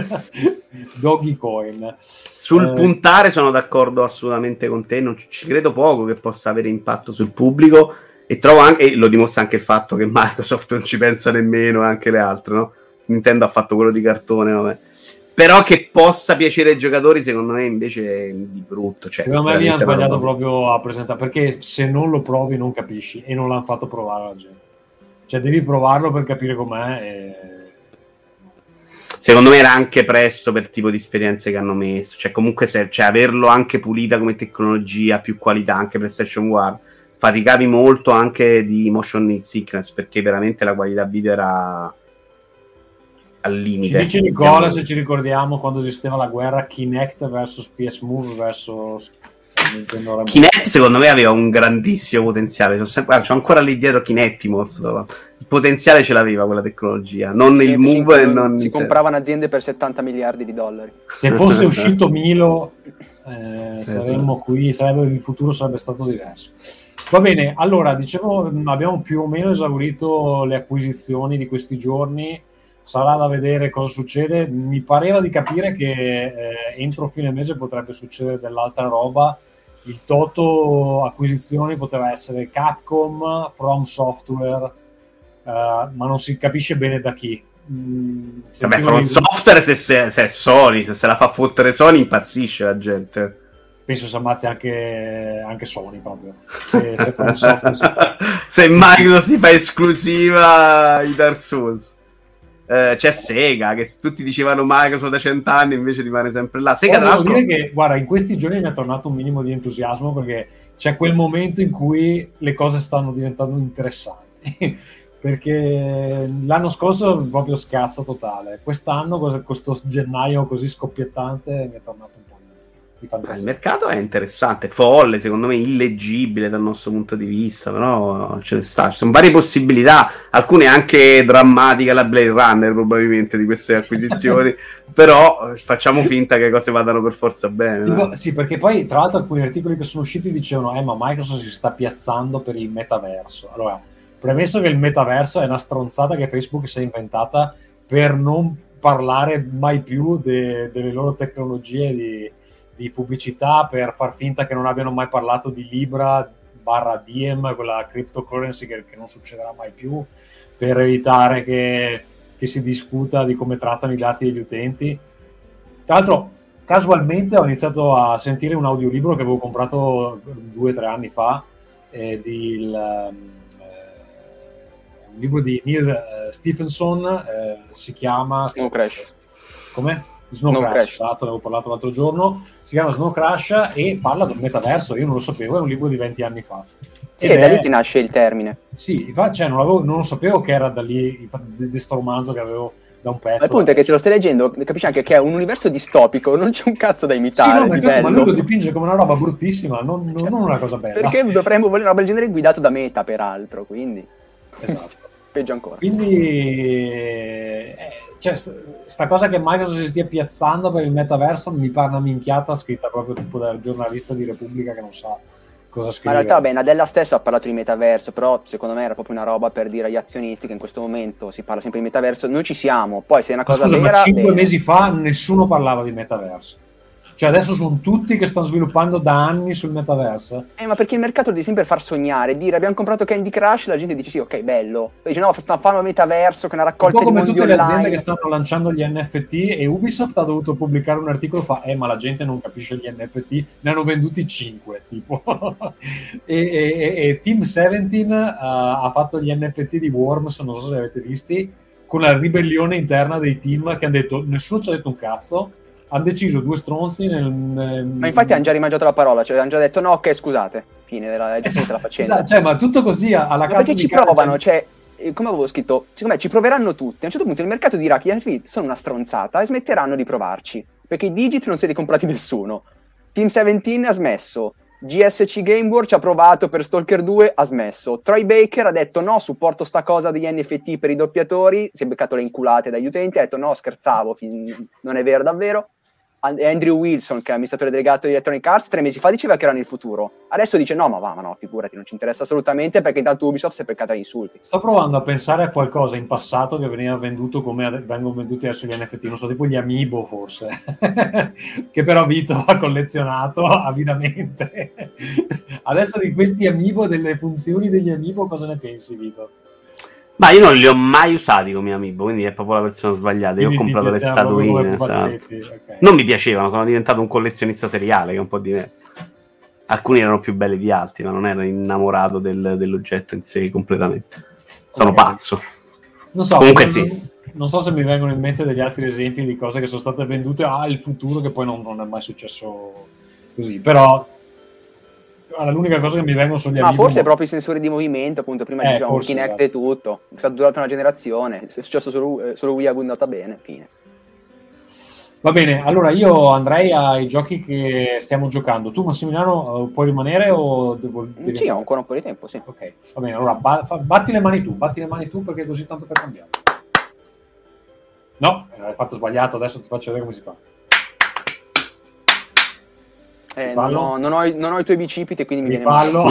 Dogecoin. Sul puntare sono d'accordo assolutamente con te, non ci credo poco che possa avere impatto sul pubblico, e trovo anche, e lo dimostra anche il fatto che Microsoft non ci pensa nemmeno, e anche le altre, no? Nintendo ha fatto quello di cartone, vabbè. Però che possa piacere ai giocatori, secondo me invece è di brutto. Cioè, secondo me lì hanno sbagliato proprio a presentare, perché se non lo provi non capisci, e non l'hanno fatto provare alla gente. Cioè devi provarlo per capire com'è. Secondo me era anche presto per tipo di esperienze che hanno messo. Cioè comunque averlo anche pulita come tecnologia, più qualità, anche PlayStation War, faticavi molto anche di motion sickness, perché veramente la qualità video era al limite. Ci dice Nicola, se ci ricordiamo quando esisteva la guerra Kinect versus PS Move versus Nintendo Remote. Kinect secondo me aveva un grandissimo potenziale. C'ho ancora lì dietro Kinectimals. Il potenziale ce l'aveva quella tecnologia, non il Move e non si compravano aziende per 70 miliardi di dollari. Se fosse uscito Milo saremmo qui, il futuro sarebbe stato diverso. Va bene, allora dicevo, abbiamo più o meno esaurito le acquisizioni di questi giorni. Sarà da vedere cosa succede. Mi pareva di capire che entro fine mese potrebbe succedere dell'altra roba. Il toto acquisizioni poteva essere Capcom, From Software, ma non si capisce bene da chi. Vabbè, From Software se è Sony, se la fa fottere Sony impazzisce la gente. Penso si ammazzi anche Sony proprio. Se From Software se Microsoft si fa esclusiva i Dark Souls. C'è Sega, che tutti dicevano Microsoft da 100 anni, invece rimane sempre là. Sega, devo dire che, guarda, in questi giorni mi è tornato un minimo di entusiasmo, perché c'è quel momento in cui le cose stanno diventando interessanti. Perché l'anno scorso proprio scazzo totale. Quest'anno, questo gennaio così scoppiettante, mi è tornato un po' di fantasia. Il mercato è interessante, folle, secondo me illeggibile dal nostro punto di vista, però ce ne sta, ci sono varie possibilità, alcune anche drammatiche, la Blade Runner probabilmente di queste acquisizioni, però facciamo finta che cose vadano per forza bene. Tipo, sì, perché poi tra l'altro alcuni articoli che sono usciti dicevano ma Microsoft si sta piazzando per il metaverso. Allora, premesso che il metaverso è una stronzata che Facebook si è inventata per non parlare mai più delle loro tecnologie di pubblicità, per far finta che non abbiano mai parlato di Libra / Diem, quella cryptocurrency che non succederà mai più, per evitare che si discuta di come trattano i dati degli utenti. Tra l'altro, casualmente ho iniziato a sentire un audiolibro che avevo comprato 2 o 3 anni fa, un libro di Neil Stephenson, si chiama Snow Crash. Come? Snow Crash, esatto, avevo parlato l'altro giorno, si chiama Snow Crash e parla del metaverso. Io non lo sapevo, è un libro di 20 anni fa. Sì, e da lì ti nasce il termine. Sì, cioè non lo sapevo che era da lì di sto romanzo che avevo da un pezzo. Il punto è che se lo stai leggendo capisci anche che è un universo distopico, non c'è un cazzo da imitare. Sì, no, ma lui lo dipinge come una roba bruttissima, non una cosa bella. Perché dovremmo volere una roba del genere guidato da Meta, peraltro, quindi... Esatto. Peggio ancora. Quindi... cioè, sta cosa che Microsoft si stia piazzando per il metaverso mi pare una minchiata scritta proprio tipo dal giornalista di Repubblica che non sa cosa scrivere. Ma in realtà, vabbè, Nadella stesso ha parlato di metaverso, però secondo me era proprio una roba per dire agli azionisti che in questo momento si parla sempre di metaverso. Noi ci siamo, poi se è una cosa vera... Ma 5 mesi fa nessuno parlava di metaverso. Cioè adesso sono tutti che stanno sviluppando da anni sul metaverso. Ma perché il mercato deve sempre far sognare, dire abbiamo comprato Candy Crush, la gente dice sì, ok, bello. Poi dice no, stanno facendo il metaverso, che è una raccolta di mondi online. Un po' come tutte le aziende che stanno lanciando gli NFT, e Ubisoft ha dovuto pubblicare un articolo ma la gente non capisce gli NFT, ne hanno venduti 5 tipo. e Team 17 ha fatto gli NFT di Worms, non so se li avete visti, con la ribellione interna dei team che hanno detto nessuno ci ha detto un cazzo. Hanno deciso due stronzi ma infatti hanno già rimangiato la parola, cioè hanno già detto no, ok, scusate, fine della faccenda. Esatto, cioè, ma tutto così alla cazzo perché ci provano, cioè, come avevo scritto, secondo me ci proveranno tutti. A un certo punto il mercato dirà che gli NFT sono una stronzata e smetteranno di provarci, perché i digit non se li comprati nessuno. Team 17 ha smesso, GSC Gameworks ci ha provato per Stalker 2, ha smesso. Troy Baker ha detto no, supporto sta cosa degli NFT per i doppiatori, si è beccato le inculate dagli utenti, ha detto no, scherzavo, non è vero davvero. Andrew Wilson, che è amministratore delegato di Electronic Arts, 3 mesi fa diceva che era nel futuro. Adesso dice no, ma no, figurati, non ci interessa assolutamente, perché intanto Ubisoft si è peccata gli insulti. Sto provando a pensare a qualcosa in passato che veniva venduto come vengono venduti adesso gli NFT, non so, tipo gli Amiibo forse, che però Vito ha collezionato avidamente. Adesso di questi Amiibo, delle funzioni degli Amiibo, cosa ne pensi, Vito? Ma io non li ho mai usati come amiibo, quindi è proprio la persona sbagliata. Io ho comprato le statuine, okay. Non mi piacevano, sono diventato un collezionista seriale, che è un po' diverso. Alcuni erano più belli di altri, ma non ero innamorato dell'oggetto in sé completamente. Sono pazzo. Non so, comunque sì. Non so se mi vengono in mente degli altri esempi di cose che sono state vendute il futuro, che poi non è mai successo così, però l'unica cosa che mi vengono sono gli amici. Ma forse proprio i sensori di movimento, appunto, prima diciamo Kinect, esatto. E tutto. È stato durato una generazione, è successo solo Wii, è andata bene, fine. Va bene, allora io andrei ai giochi che stiamo giocando. Tu, Massimiliano, puoi rimanere o devo... Sì, ho ancora un po' di tempo, sì. Ok, va bene, allora batti le mani tu perché così tanto per cambiare. No, hai fatto sbagliato, adesso ti faccio vedere come si fa. Non ho i tuoi bicipiti, quindi mi viene fallo.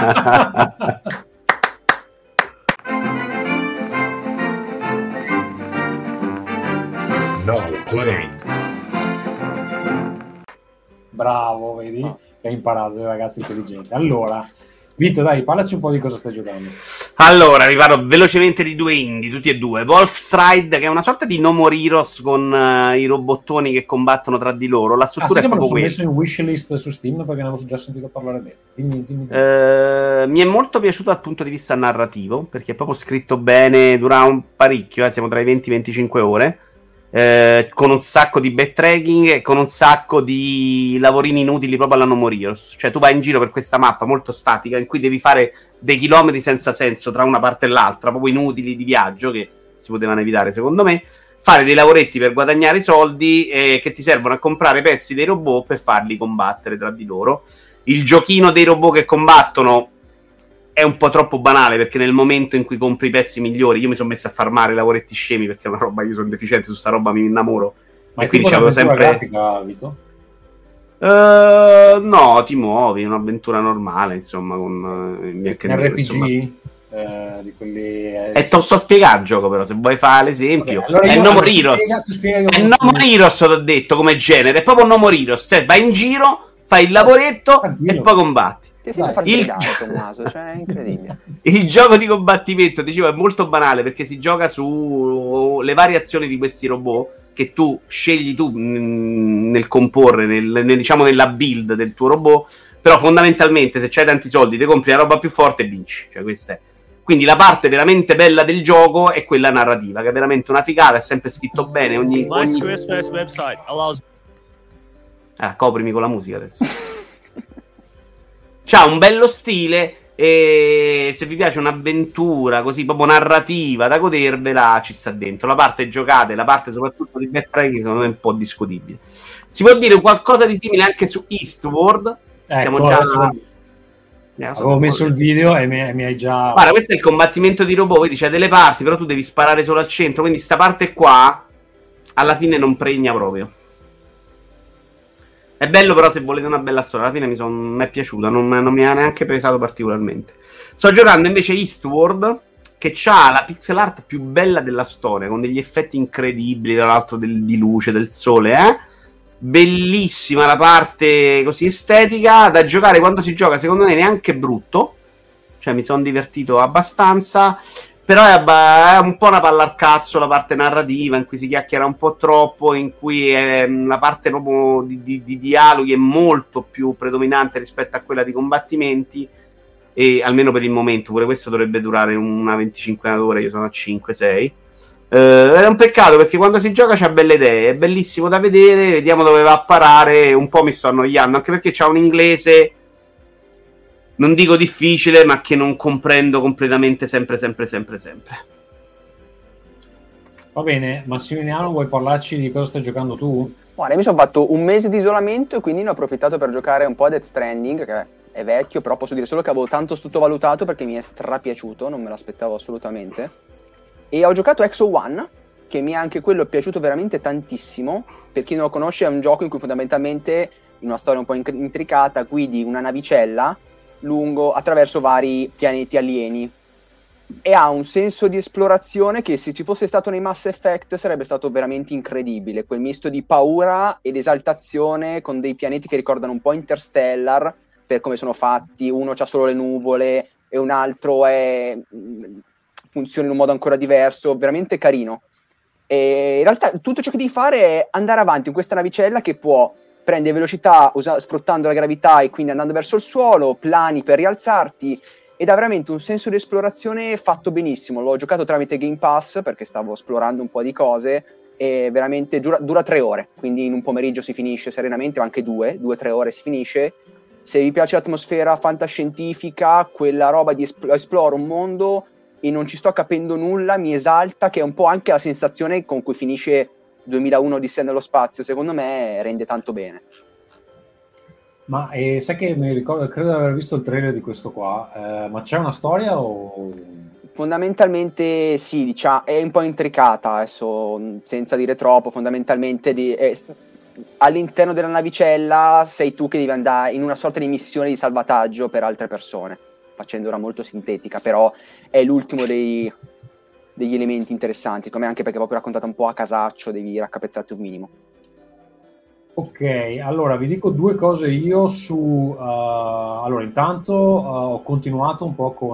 Now playing. Bravo, vedi? Che hai imparato, ragazzi intelligenti. Allora, Vito, dai, parlaci un po' di cosa stai giocando. Allora, vi parlo velocemente di 2 indie, tutti e 2. Wolfstride, che è una sorta di No More Heroes con i robottoni che combattono tra di loro. La struttura è proprio quella. L'ho messo in wishlist su Steam perché ne avevo già sentito parlare bene. Dimmi. Mi è molto piaciuto dal punto di vista narrativo, perché è proprio scritto bene, dura un parecchio, siamo tra i 20 e 25 ore. Con un sacco di backtracking e con un sacco di lavorini inutili proprio alla No More Heroes. Cioè tu vai in giro per questa mappa molto statica in cui devi fare dei chilometri senza senso tra una parte e l'altra, proprio inutili di viaggio, che si potevano evitare secondo me, fare dei lavoretti per guadagnare soldi che ti servono a comprare pezzi dei robot per farli combattere tra di loro. Il giochino dei robot che combattono è un po' troppo banale, perché nel momento in cui compri i pezzi migliori, io mi sono messo a farmare lavoretti scemi, perché è una roba, io sono deficiente su sta roba, mi innamoro. Ma e quindi c'avevo sempre grafica, Vito? No, ti muovi, è un'avventura normale, insomma, con RPG di quelli te lo sto a spiegare il gioco, però se vuoi fare l'esempio. Vabbè, allora è No More Heroes. È No More Heroes, ti ho detto, come genere, è proprio No More Heroes, cioè vai in giro, fai il lavoretto e poi combatti. Ti senti far sbrigare Tommaso, cioè è incredibile. Il gioco di combattimento, dicevo, è molto banale, perché si gioca sulle variazioni di questi robot che tu scegli tu nel comporre, diciamo nella build del tuo robot, però fondamentalmente se c'hai tanti soldi ti compri la roba più forte e vinci, cioè questa è. Quindi la parte veramente bella del gioco è quella narrativa, che è veramente una figata, è sempre scritto bene, ogni... website allows... coprimi con la musica adesso. C'ha un bello stile E se vi piace un'avventura così proprio narrativa da godervela, ci sta dentro. La parte giocate, la parte soprattutto di backtracking secondo me è un po' discutibile. Si può dire qualcosa di simile anche su Eastward. Ecco, avevo messo il video e mi hai già... Guarda, questo è il combattimento di robot, vedi, c'è delle parti, però tu devi sparare solo al centro, quindi sta parte qua alla fine non pregna proprio. È bello, però, se volete una bella storia. Alla fine mi è piaciuta, non mi ha neanche pesato particolarmente. Sto giocando invece Eastward, che ha la pixel art più bella della storia, con degli effetti incredibili, tra l'altro di luce, del sole, Bellissima la parte così estetica, da giocare quando si gioca, secondo me neanche brutto. Cioè mi sono divertito abbastanza. Però è un po' una palla al cazzo la parte narrativa, in cui si chiacchiera un po' troppo, in cui la parte proprio di dialoghi è molto più predominante rispetto a quella di combattimenti, e almeno per il momento. Pure questo dovrebbe durare una 25 ore, io sono a 5-6. È un peccato, perché quando si gioca c'ha belle idee, è bellissimo da vedere, vediamo dove va a parare. Un po' mi sto annoiando, anche perché c'ha un inglese... non dico difficile, ma che non comprendo completamente sempre. Va bene, Massimiliano, vuoi parlarci di cosa stai giocando tu? Guarda, mi sono fatto un mese di isolamento e quindi ne ho approfittato per giocare un po' a Death Stranding, che è vecchio, però posso dire solo che avevo tanto sottovalutato perché mi è strapiaciuto, non me l'aspettavo assolutamente. E ho giocato Exo One, che mi è anche quello piaciuto veramente tantissimo. Per chi non lo conosce, è un gioco in cui fondamentalmente, in una storia un po' intricata, guidi una navicella attraverso vari pianeti alieni, e ha un senso di esplorazione che, se ci fosse stato nei Mass Effect, sarebbe stato veramente incredibile, quel misto di paura ed esaltazione, con dei pianeti che ricordano un po' Interstellar per come sono fatti. Uno c'ha solo le nuvole e un altro funziona in un modo ancora diverso, veramente carino. E in realtà tutto ciò che devi fare è andare avanti in questa navicella che può prende velocità sfruttando la gravità e quindi andando verso il suolo, plani per rialzarti, ed ha veramente un senso di esplorazione fatto benissimo. L'ho giocato tramite Game Pass perché stavo esplorando un po' di cose, e veramente dura 3 ore, quindi in un pomeriggio si finisce serenamente, o anche 2-3 ore si finisce. Se vi piace l'atmosfera fantascientifica, quella roba di esploro un mondo e non ci sto capendo nulla, mi esalta, che è un po' anche la sensazione con cui finisce 2001 Odissea nello spazio. Secondo me rende tanto bene. Ma sai che mi ricordo, credo di aver visto il trailer di questo qua, ma c'è una storia o... Fondamentalmente sì, diciamo, è un po' intricata, adesso senza dire troppo. Fondamentalmente all'interno della navicella sei tu che devi andare in una sorta di missione di salvataggio per altre persone, facendola molto sintetica, però è l'ultimo degli elementi interessanti, come anche perché è proprio raccontata un po' a casaccio, devi raccapezzarti un minimo. Ok, allora vi dico 2 cose io su... allora, intanto ho continuato un po'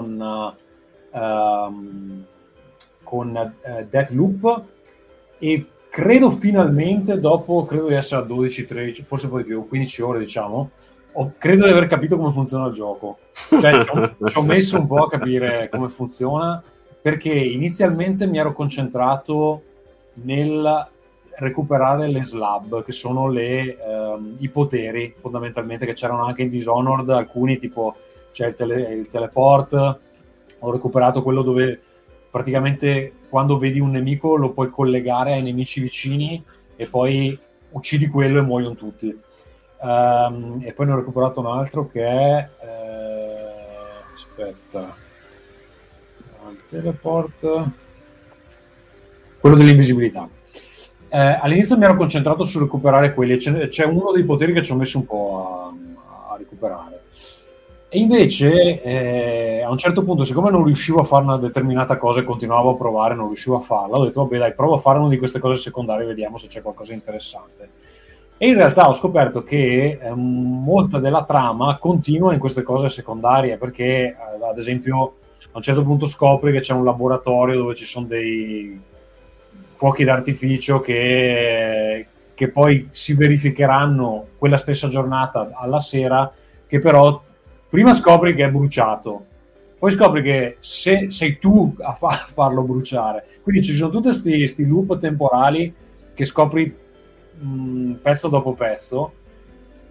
con Deathloop, e credo finalmente, credo di essere a 12, 13, forse un po' di più, 15 ore diciamo, credo di aver capito come funziona il gioco. Cioè ci ho messo un po' a capire come funziona, perché inizialmente mi ero concentrato nel recuperare le slab, che sono i poteri fondamentalmente, che c'erano anche in Dishonored, alcuni, tipo c'è il teleport. Ho recuperato quello dove praticamente quando vedi un nemico lo puoi collegare ai nemici vicini e poi uccidi quello e muoiono tutti. E poi ne ho recuperato un altro che è aspetta, il teleport, quello dell'invisibilità. All'inizio mi ero concentrato su recuperare quelli, c'è uno dei poteri che ci ho messo un po' a recuperare, e invece a un certo punto, siccome non riuscivo a fare una determinata cosa e continuavo a provare, non riuscivo a farla, ho detto vabbè dai, provo a fare una di queste cose secondarie, vediamo se c'è qualcosa di interessante. E in realtà ho scoperto che molta della trama continua in queste cose secondarie, perché ad esempio a un certo punto scopri che c'è un laboratorio dove ci sono dei fuochi d'artificio che poi si verificheranno quella stessa giornata alla sera, che però prima scopri che è bruciato, poi scopri che sei tu a farlo bruciare. Quindi ci sono tutti questi loop temporali che scopri pezzo dopo pezzo,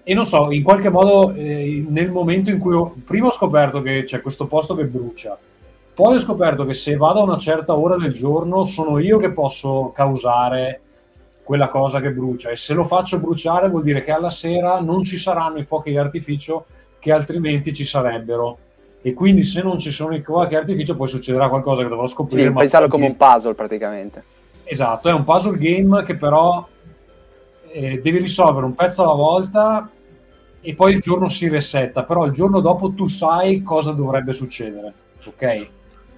E non so, in qualche modo nel momento in cui prima ho scoperto che c'è questo posto che brucia, poi ho scoperto che se vado a una certa ora del giorno sono io che posso causare quella cosa che brucia, e se lo faccio bruciare vuol dire che alla sera non ci saranno i fuochi d'artificio che altrimenti ci sarebbero, e quindi se non ci sono i fuochi d'artificio poi succederà qualcosa che dovrò scoprire. Sì, pensarlo come un puzzle praticamente. Esatto, è un puzzle game che però devi risolvere un pezzo alla volta e poi il giorno si resetta, però il giorno dopo tu sai cosa dovrebbe succedere, ok?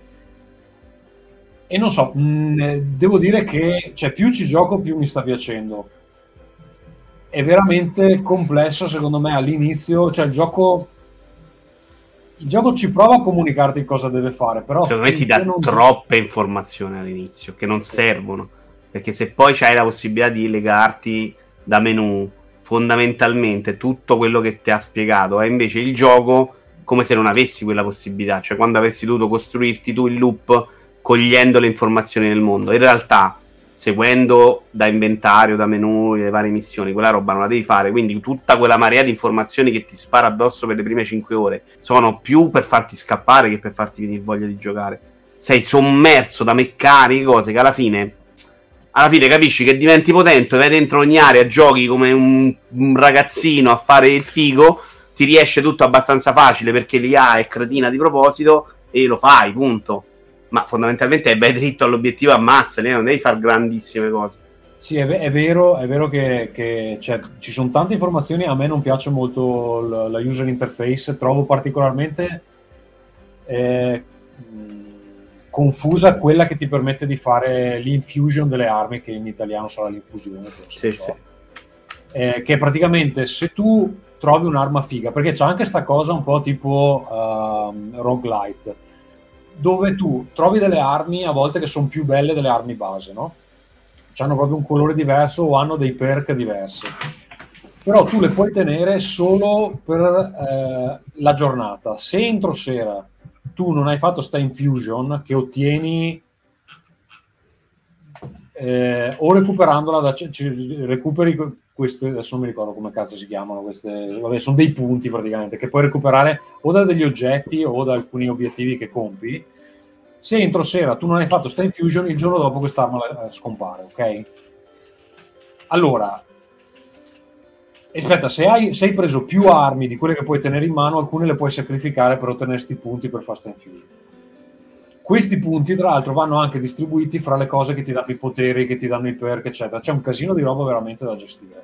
E non so, devo dire che più ci gioco più mi sta piacendo. È veramente complesso secondo me all'inizio, cioè il gioco ci prova a comunicarti cosa deve fare, però secondo me ti dà troppe informazioni all'inizio che non servono, perché se poi c'hai la possibilità di legarti da menu fondamentalmente tutto quello che ti ha spiegato, è invece il gioco come se non avessi quella possibilità, cioè quando avessi dovuto costruirti tu il loop cogliendo le informazioni del mondo. In realtà seguendo da inventario, da menu, le varie missioni, quella roba non la devi fare, quindi tutta quella marea di informazioni che ti spara addosso per le prime 5 ore sono più per farti scappare che per farti venire voglia di giocare. Sei sommerso da meccaniche, cose che alla fine capisci che diventi potente, vai dentro ogni area, giochi come un ragazzino a fare il figo, ti riesce tutto abbastanza facile perché l'IA è cretina di proposito e lo fai, punto. Ma fondamentalmente vai dritto all'obiettivo, ammazza, non devi fare grandissime cose. Sì, è vero che ci sono tante informazioni. A me non piace molto la user interface, trovo particolarmente confusa quella che ti permette di fare l'infusion delle armi, che in italiano sarà l'infusione, sì. Che praticamente se tu trovi un'arma figa, perché c'è anche sta cosa un po' tipo roguelite, dove tu trovi delle armi a volte che sono più belle delle armi base, no? Hanno proprio un colore diverso o hanno dei perk diversi, però tu le puoi tenere solo per la giornata. Se entro sera tu non hai fatto sta infusion che ottieni o recuperandola recuperi queste, adesso non mi ricordo come cazzo si chiamano queste, vabbè, sono dei punti praticamente che puoi recuperare o da degli oggetti o da alcuni obiettivi che compi. Se entro sera tu non hai fatto sta infusion, il giorno dopo quest'arma scompare, ok? Allora, aspetta, se hai preso più armi di quelle che puoi tenere in mano, alcune le puoi sacrificare per ottenere sti punti per fare sta infusion. Questi punti, tra l'altro, vanno anche distribuiti fra le cose che ti danno i poteri, che ti danno i perk, eccetera. C'è un casino di roba veramente da gestire.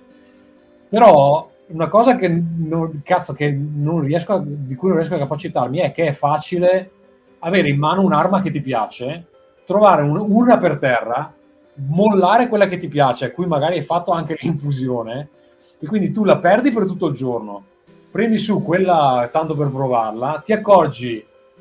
Però una cosa che di cui non riesco a capacitarmi è che è facile avere in mano un'arma che ti piace, trovare un'urna per terra, mollare quella che ti piace, a cui magari hai fatto anche l'infusione, e quindi tu la perdi per tutto il giorno, prendi su quella tanto per provarla, ti accorgi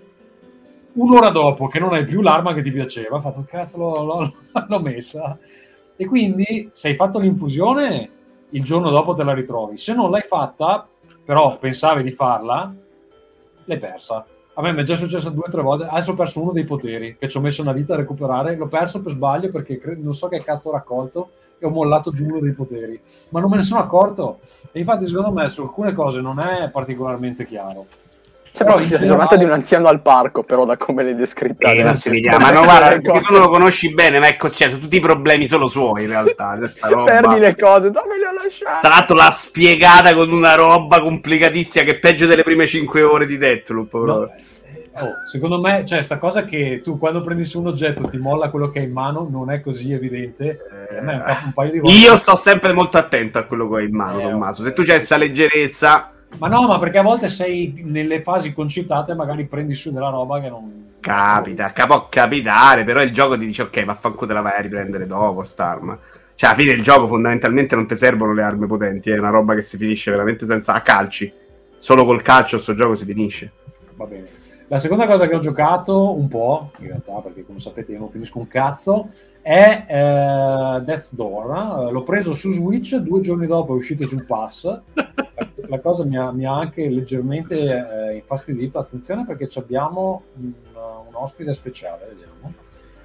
un'ora dopo che non hai più l'arma che ti piaceva, hai fatto cazzo l'ho messa, e quindi se hai fatto l'infusione il giorno dopo te la ritrovi, se non l'hai fatta però pensavi di farla, l'hai persa. A me mi è già successo 2 o 3 volte. Adesso ho perso uno dei poteri che ci ho messo una vita a recuperare, l'ho perso per sbaglio perché non so che cazzo ho raccolto e ho mollato giù uno dei poteri, ma non me ne sono accorto, e infatti secondo me su alcune cose non è particolarmente chiaro. Però la giornata di un anziano al parco, però da come l'hai descritta ma no, guarda, perché tu non lo conosci bene, ma ecco, sono tutti i problemi solo suoi in realtà. Roba. Perdi le cose, dove le ho lasciate? Tra l'altro l'ha spiegata con una roba complicatissima che è peggio delle prime 5 ore di Deathloop. No, secondo me, sta cosa che tu quando prendi su un oggetto ti molla quello che hai in mano non è così evidente. A me un paio di volte... Io sto sempre molto attento a quello che hai in mano, Tommaso. Se tu c'hai questa leggerezza... Ma no, ma perché a volte sei nelle fasi concitate e magari prendi su della roba che non... Capita, può capitare, però il gioco ti dice ok, vaffanculo, te la vai a riprendere dopo st'arma. Cioè, alla fine il gioco fondamentalmente non ti servono le armi potenti, è una roba che si finisce veramente senza... a calci. Solo col calcio sto gioco si finisce. Va bene. La seconda cosa che ho giocato un po', in realtà, perché come sapete io non finisco un cazzo, è Death's Door. L'ho preso su Switch, 2 giorni dopo è uscito sul Pass. La cosa mi ha anche leggermente infastidito. Attenzione perché abbiamo un ospite speciale, vediamo.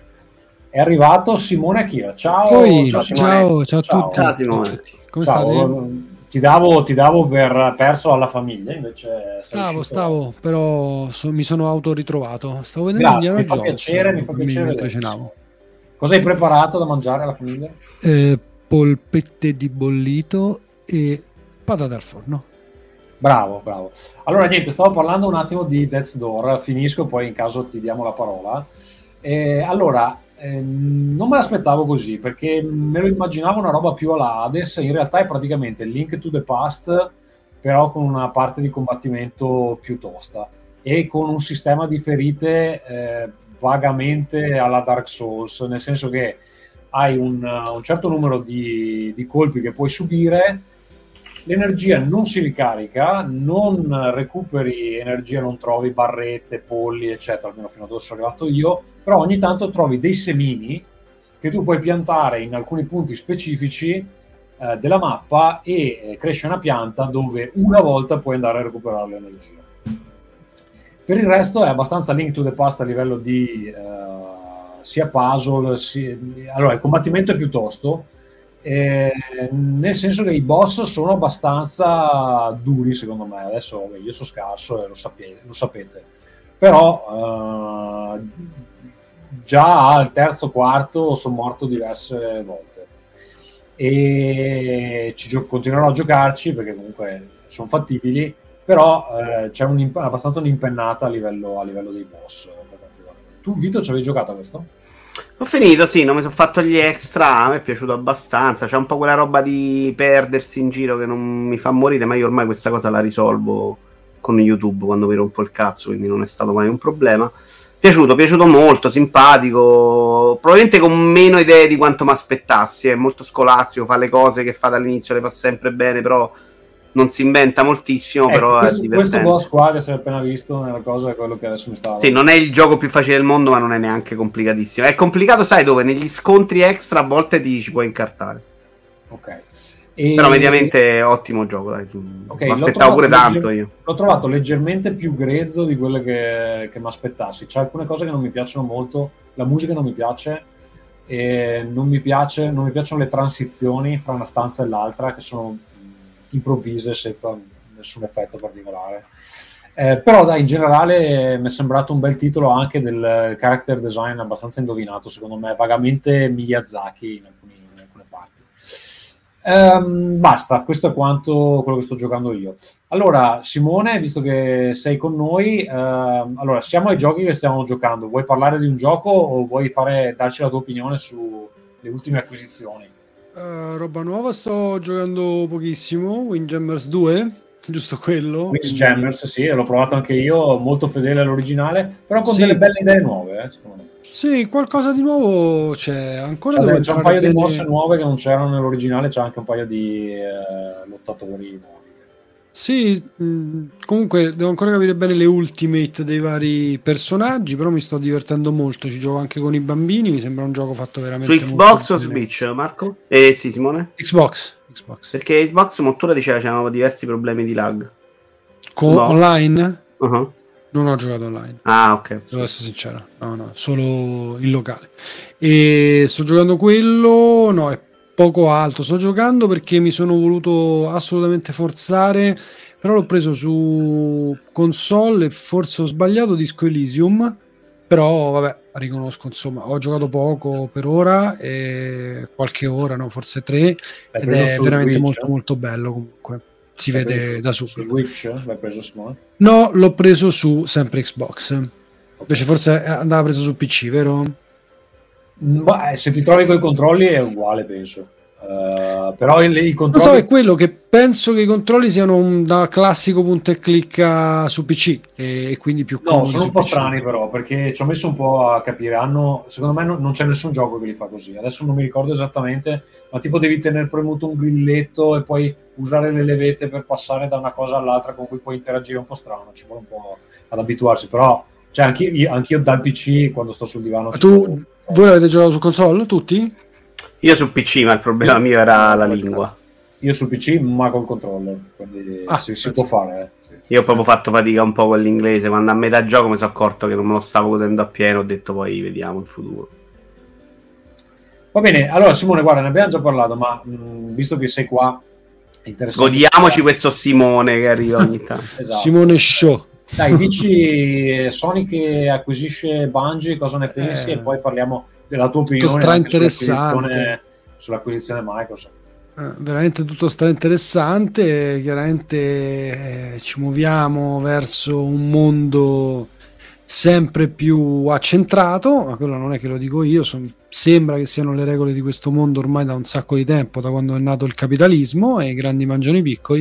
È arrivato Simone Akira. Ciao, ciao Simone. Ciao a tutti. Ciao Simone. Come state? Ti davo per perso alla famiglia, invece stavo, però mi sono autoritrovato. Stavo vedendo Grazie, mi fa Jones, piacere mentre cenavo. Cosa hai preparato da mangiare alla famiglia? Polpette di bollito e patate al forno. Bravo. Allora niente, stavo parlando un attimo di Death's Door, finisco poi in caso ti diamo la parola. Non me l'aspettavo così, perché me lo immaginavo una roba più alla Hades, in realtà è praticamente Link to the Past, però con una parte di combattimento più tosta e con un sistema di ferite vagamente alla Dark Souls, nel senso che hai un certo numero di colpi che puoi subire, l'energia non si ricarica, non recuperi energia, non trovi barrette, polli, eccetera, almeno fino ad ora sono arrivato io, però ogni tanto trovi dei semini che tu puoi piantare in alcuni punti specifici della mappa e cresce una pianta dove una volta puoi andare a recuperare l'energia. Per il resto è abbastanza Link to the Past a livello di sia puzzle, allora il combattimento è piuttosto, nel senso che i boss sono abbastanza duri secondo me. Adesso vabbè, io sono scarso e lo sapete, però già al terzo quarto sono morto diverse volte e continuerò a giocarci perché comunque sono fattibili, però c'è abbastanza un'impennata a livello dei boss. Tu Vito ci avevi giocato a questo? Ho finito, sì, non mi sono fatto gli extra, a me è piaciuto abbastanza, c'è un po' quella roba di perdersi in giro che non mi fa morire, ma io ormai questa cosa la risolvo con YouTube quando mi rompo il cazzo, quindi non è stato mai un problema. Piaciuto molto, simpatico, probabilmente con meno idee di quanto mi aspettassi, è molto scolastico, fa le cose che fa dall'inizio, le fa sempre bene, però non si inventa moltissimo, però è divertente. Questo boss qua che si è appena visto nella cosa è quello che adesso mi stava... Sì, non è il gioco più facile del mondo, ma non è neanche complicatissimo. È complicato, sai dove? Negli scontri extra a volte ti ci puoi incartare. Ok. Però mediamente ottimo gioco, dai. Okay, mi aspettavo pure tanto io. L'ho trovato leggermente più grezzo di quelle che mi aspettassi. C'è alcune cose che non mi piacciono molto, la musica non mi piace, e non mi piacciono le transizioni fra una stanza e l'altra, che sono improvvise senza nessun effetto particolare. Però dai, in generale mi è sembrato un bel titolo anche del character design abbastanza indovinato, secondo me, vagamente Miyazaki in alcune parti. Basta, questo è quanto quello che sto giocando io. Allora, Simone, visto che sei con noi, allora siamo ai giochi che stiamo giocando. Vuoi parlare di un gioco o vuoi darci la tua opinione sulle ultime acquisizioni? Roba nuova, sto giocando pochissimo, Windjammers 2, giusto quello. Windjammers, sì, l'ho provato anche io, molto fedele all'originale, però con delle belle idee nuove, secondo me. Sì, qualcosa di nuovo c'è. Ancora c'è un paio di mosse nuove che non c'erano nell'originale, c'è anche un paio di lottatori nuovi. Sì, comunque devo ancora capire bene le ultimate dei vari personaggi, però mi sto divertendo molto, ci gioco anche con i bambini, mi sembra un gioco fatto veramente su Xbox o Switch, Marco? Sì, Simone? Xbox. Perché Xbox Mottura diceva che c'erano diversi problemi di lag. Online? Uh-huh. Non ho giocato online. Ah, ok. Devo essere sincero. No, solo il locale. E sto giocando quello, no, è poco altro. Sto giocando perché mi sono voluto assolutamente forzare, però l'ho preso su console e forse ho sbagliato Disco Elysium, però vabbè, riconosco, insomma, ho giocato poco per ora, e qualche ora, no, forse 3, ed è veramente molto molto bello comunque. Si vede da subito. Su Switch l'hai preso, Simone? No, l'ho preso su sempre Xbox. Invece forse andava preso su PC, vero? Beh, se ti trovi con i controlli è uguale, penso. Però i controlli... Non so, è quello che penso che i controlli siano da classico punta e clicca su PC e quindi più comodi. No, sono un po' PC. strani però, perché ci ho messo un po' a capire. Secondo me non c'è nessun gioco che li fa così. Adesso non mi ricordo esattamente, ma tipo devi tenere premuto un grilletto e poi usare le levette per passare da una cosa all'altra con cui puoi interagire. Un po' strano, ci vuole un po' ad abituarsi, però cioè anch'io dal PC quando sto sul divano... Voi l'avete giocato su console, tutti? Io su PC, ma il problema mio era la lingua. Io su PC, ma col controller, quindi si può fare. Sì. Io ho proprio fatto fatica un po' con l'inglese. Quando a metà gioco mi sono accorto che non me lo stavo godendo appieno, ho detto poi vediamo in futuro. Va bene, allora Simone, guarda, ne abbiamo già parlato, ma visto che sei qua, interessante. Godiamoci questo Simone che arriva ogni tanto. Esatto. Simone Show. Dai, dici Sony che acquisisce Bungie, cosa ne pensi? E poi parliamo della tua opinione anche sull'acquisizione Microsoft. Veramente tutto interessante. Chiaramente ci muoviamo verso un mondo sempre più accentrato, ma quello non è che lo dico io, sembra che siano le regole di questo mondo ormai da un sacco di tempo, da quando è nato il capitalismo e i grandi mangiano i piccoli.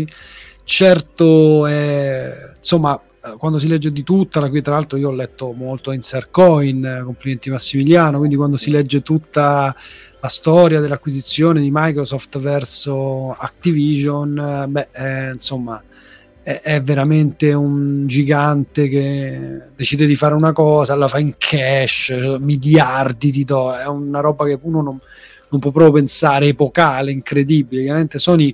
Certo, insomma, quando si legge di tutta, qui tra l'altro io ho letto molto Insert Coin, complimenti Massimiliano, quindi quando si legge tutta la storia dell'acquisizione di Microsoft verso Activision, insomma, è veramente un gigante che decide di fare una cosa, la fa in cash, miliardi di dollari, è una roba che uno non può proprio pensare, epocale, incredibile. Chiaramente Sony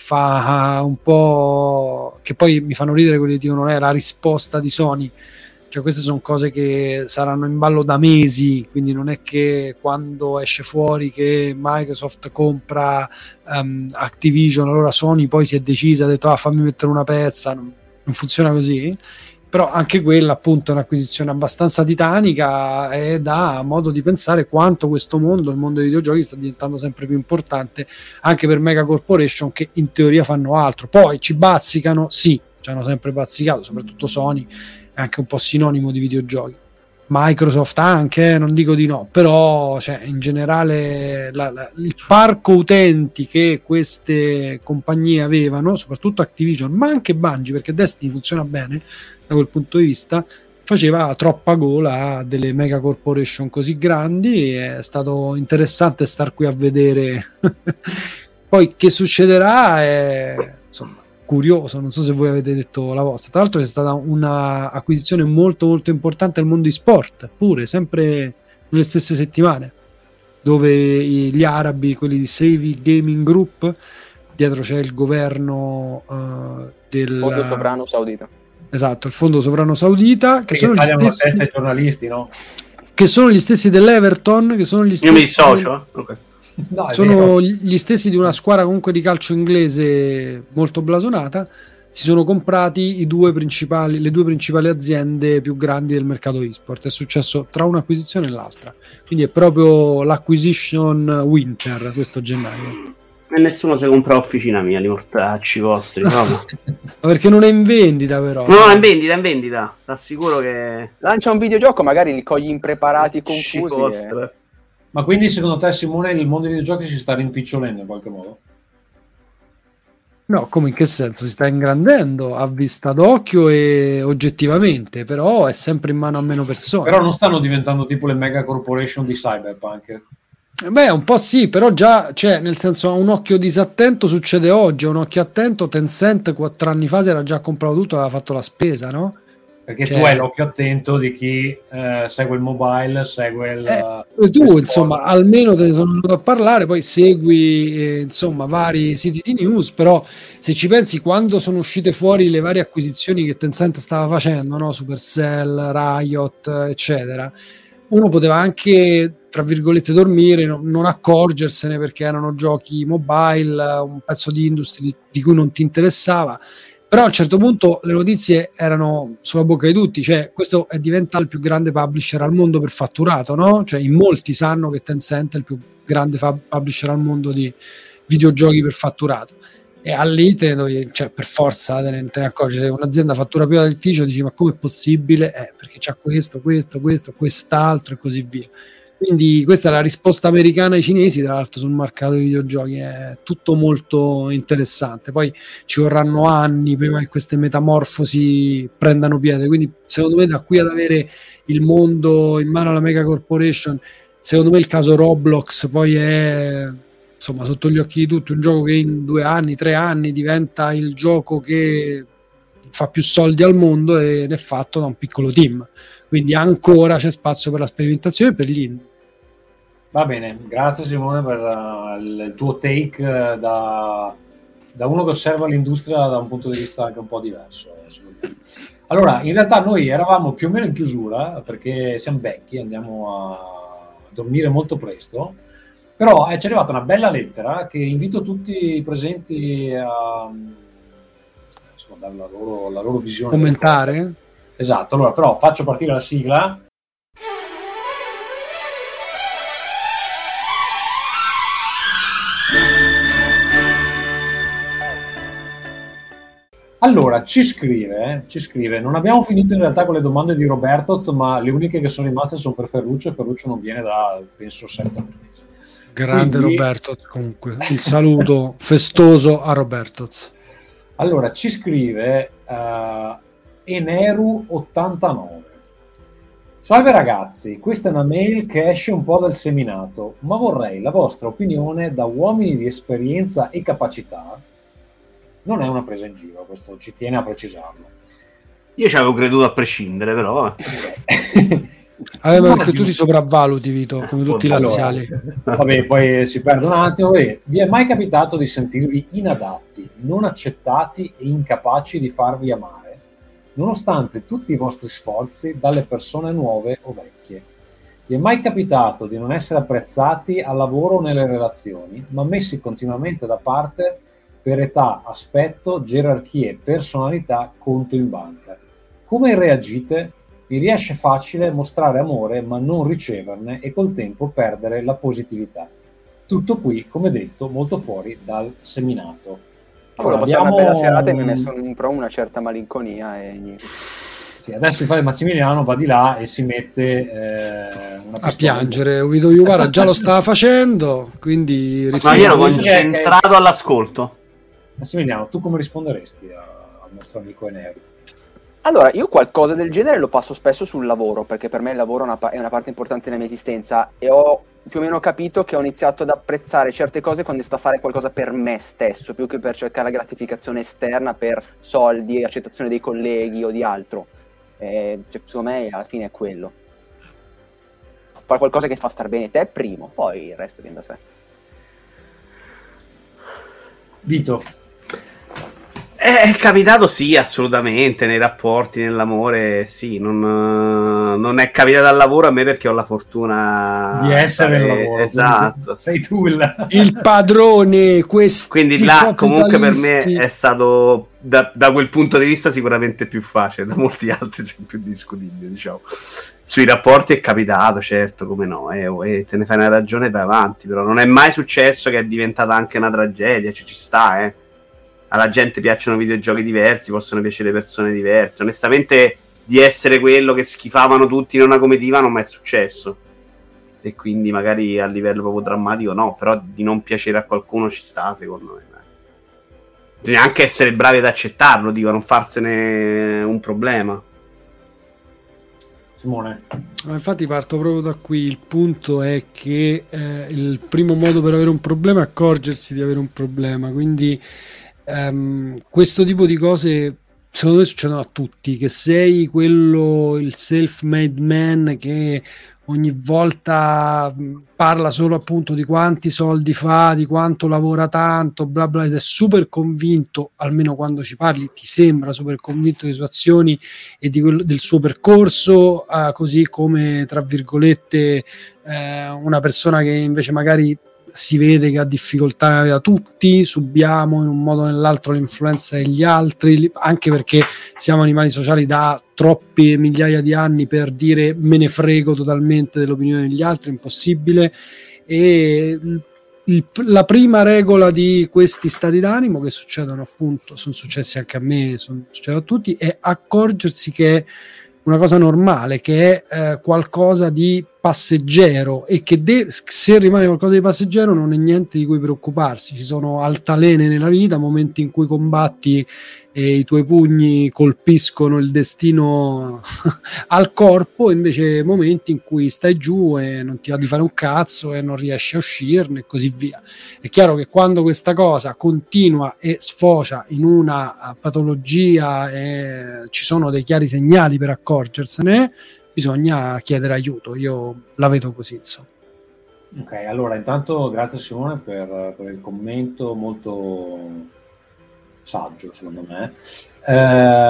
fa un po', che poi mi fanno ridere quelli che dicono non è la risposta di Sony, cioè queste sono cose che saranno in ballo da mesi, quindi non è che quando esce fuori che Microsoft compra Activision allora Sony poi si è decisa, ha detto fammi mettere una pezza, non funziona così. Però anche quella appunto è un'acquisizione abbastanza titanica e dà modo di pensare quanto questo mondo, il mondo dei videogiochi, sta diventando sempre più importante anche per mega corporation che in teoria fanno altro. Poi ci bazzicano, sì, ci hanno sempre bazzicato, soprattutto Sony è anche un po' sinonimo di videogiochi. Microsoft anche, non dico di no, però cioè, in generale il parco utenti che queste compagnie avevano, soprattutto Activision, ma anche Bungie, perché Destiny funziona bene da quel punto di vista, faceva troppa gola a delle mega corporation così grandi. È stato interessante star qui a vedere poi che succederà, è insomma curioso, non so se voi avete detto la vostra. Tra l'altro c'è stata una acquisizione molto molto importante al mondo di sport, pure sempre nelle stesse settimane, dove gli arabi, quelli di Savvy Gaming Group, dietro c'è il governo del Fondo Sovrano Saudita. Esatto, il Fondo Sovrano Saudita, che sono gli stessi ai giornalisti, no? Che sono gli stessi dell'Everton, che sono gli stessi. Io mi dissocio. Okay. No, sono gli stessi di una squadra comunque di calcio inglese molto blasonata. Si sono comprati le due principali aziende più grandi del mercato e-sport. È successo tra un'acquisizione e l'altra, quindi è proprio l'acquisition winter questo gennaio. E nessuno si compra Officina Mia, li mortacci vostri, no? Perché non è in vendita, però. No, è in vendita. T'assicuro che lancia un videogioco, magari li cogli impreparati, confusi. Ma quindi secondo te, Simone, il mondo dei videogiochi si sta rimpicciolendo in qualche modo? No, come in che senso? Si sta ingrandendo a vista d'occhio e oggettivamente, però è sempre in mano a meno persone. Però non stanno diventando tipo le mega corporation di Cyberpunk? Beh, un po' sì, però già, cioè, nel senso, a un occhio disattento succede oggi, a un occhio attento Tencent 4 anni fa si era già comprato tutto, aveva fatto la spesa, no? Perché tu hai l'occhio attento di chi segue il mobile, segue il... tu, insomma, almeno te ne sono venuto a parlare, poi segui, insomma, vari siti di news, però se ci pensi, quando sono uscite fuori le varie acquisizioni che Tencent stava facendo, no? Supercell, Riot, eccetera, uno poteva anche, tra virgolette, dormire, non accorgersene perché erano giochi mobile, un pezzo di industria di cui non ti interessava. Però a un certo punto le notizie erano sulla bocca di tutti, cioè questo è diventato il più grande publisher al mondo per fatturato, no? Cioè in molti sanno che Tencent è il più grande publisher al mondo di videogiochi per fatturato, e lì cioè, per forza te ne accorgi. Se un'azienda fattura più del tizio dici ma com'è possibile? Perché c'ha questo, quest'altro e così via. Quindi questa è la risposta americana ai cinesi, tra l'altro, sul mercato dei videogiochi. È tutto molto interessante. Poi ci vorranno anni prima che queste metamorfosi prendano piede. Quindi secondo me da qui ad avere il mondo in mano alla mega corporation, secondo me il caso Roblox poi è, insomma, sotto gli occhi di tutti, un gioco che in 2 anni, 3 anni diventa il gioco che fa più soldi al mondo ed è fatto da un piccolo team. Quindi ancora c'è spazio per la sperimentazione e per gli indie. Va bene, grazie Simone per il tuo take da uno che osserva l'industria da un punto di vista anche un po' diverso. Allora, in realtà noi eravamo più o meno in chiusura perché siamo vecchi, andiamo a dormire molto presto Però ci è arrivata una bella lettera che invito tutti i presenti a insomma, dare la loro visione. Commentare? Esatto, allora però faccio partire la sigla. Allora, ci scrive, non abbiamo finito in realtà con le domande di Robertoz, ma le uniche che sono rimaste sono per Ferruccio, e Ferruccio non viene da, penso, 7 mesi. Grande Quindi, Robertoz, comunque. Un saluto festoso a Robertoz. Allora, ci scrive Eneru89. Salve ragazzi, questa è una mail che esce un po' dal seminato, ma vorrei la vostra opinione da uomini di esperienza e capacità. Non è una presa in giro, questo ci tiene a precisarlo. Io ci avevo creduto a prescindere, però. Ma perché tu ti sopravvaluti, Vito, come tutti i laziali. Vabbè, poi si perde un attimo. Vi è mai capitato di sentirvi inadatti, non accettati e incapaci di farvi amare, nonostante tutti i vostri sforzi dalle persone nuove o vecchie? Vi è mai capitato di non essere apprezzati al lavoro o nelle relazioni, ma messi continuamente da parte per età, aspetto, gerarchie, personalità, conto in banca? Come reagite? Vi riesce facile mostrare amore ma non riceverne e col tempo perdere la positività. Tutto qui, come detto, molto fuori dal seminato. Allora, passare una bella serata e mi ha messo una certa malinconia e niente. Sì, adesso infatti Massimiliano va di là e si mette una a piangere. Vito Iuvara già lo stava facendo, quindi ma io ero concentrato all'ascolto. Massimiliano, tu come risponderesti al nostro amico Enero? Allora, io qualcosa del genere lo passo spesso sul lavoro, perché per me il lavoro è una parte importante della mia esistenza, e ho più o meno capito che ho iniziato ad apprezzare certe cose quando sto a fare qualcosa per me stesso, più che per cercare la gratificazione esterna per soldi, accettazione dei colleghi o di altro. Secondo me alla fine è quello. Fare qualcosa che fa star bene te primo, poi il resto viene da sé. Vito? È capitato, sì, assolutamente, nei rapporti, nell'amore, sì, non è capitato al lavoro a me perché ho la fortuna di essere nel lavoro. Esatto. Sei tu il padrone, quindi là comunque per me è stato, da quel punto di vista, sicuramente più facile, da molti altri è più discutibile, diciamo. Sui rapporti è capitato, certo, come no, e te ne fai una ragione e vai avanti, però non è mai successo che è diventata anche una tragedia, ci sta, alla gente piacciono videogiochi diversi, possono piacere persone diverse. Onestamente, di essere quello che schifavano tutti in una comitiva non mi è successo. E quindi magari a livello proprio drammatico no, però di non piacere a qualcuno ci sta, secondo me. Bisogna anche essere bravi ad accettarlo, dico, non farsene un problema. Simone? Infatti parto proprio da qui. Il punto è che il primo modo per avere un problema è accorgersi di avere un problema, quindi questo tipo di cose secondo me succedono a tutti, che sei quello, il self-made man che ogni volta parla solo appunto di quanti soldi fa, di quanto lavora tanto, bla bla, ed è super convinto, almeno quando ci parli ti sembra super convinto delle sue azioni e di del suo percorso, così come tra virgolette una persona che invece magari si vede che ha difficoltà nella vita. Tutti subiamo in un modo o nell'altro l'influenza degli altri, anche perché siamo animali sociali da troppe migliaia di anni per dire me ne frego totalmente dell'opinione degli altri, impossibile. E la prima regola di questi stati d'animo, che succedono appunto, sono successi anche a me, succedono a tutti, è accorgersi che è una cosa normale, che è qualcosa di passeggero, e che se rimane qualcosa di passeggero non è niente di cui preoccuparsi. Ci sono altalene nella vita, momenti in cui combatti e i tuoi pugni colpiscono il destino al corpo, invece momenti in cui stai giù e non ti va di fare un cazzo e non riesci a uscirne e così via. È chiaro che quando questa cosa continua e sfocia in una patologia e ci sono dei chiari segnali per accorgersene, bisogna chiedere aiuto. Io la vedo così, insomma. Ok, allora intanto grazie Simone per il commento molto saggio, secondo me.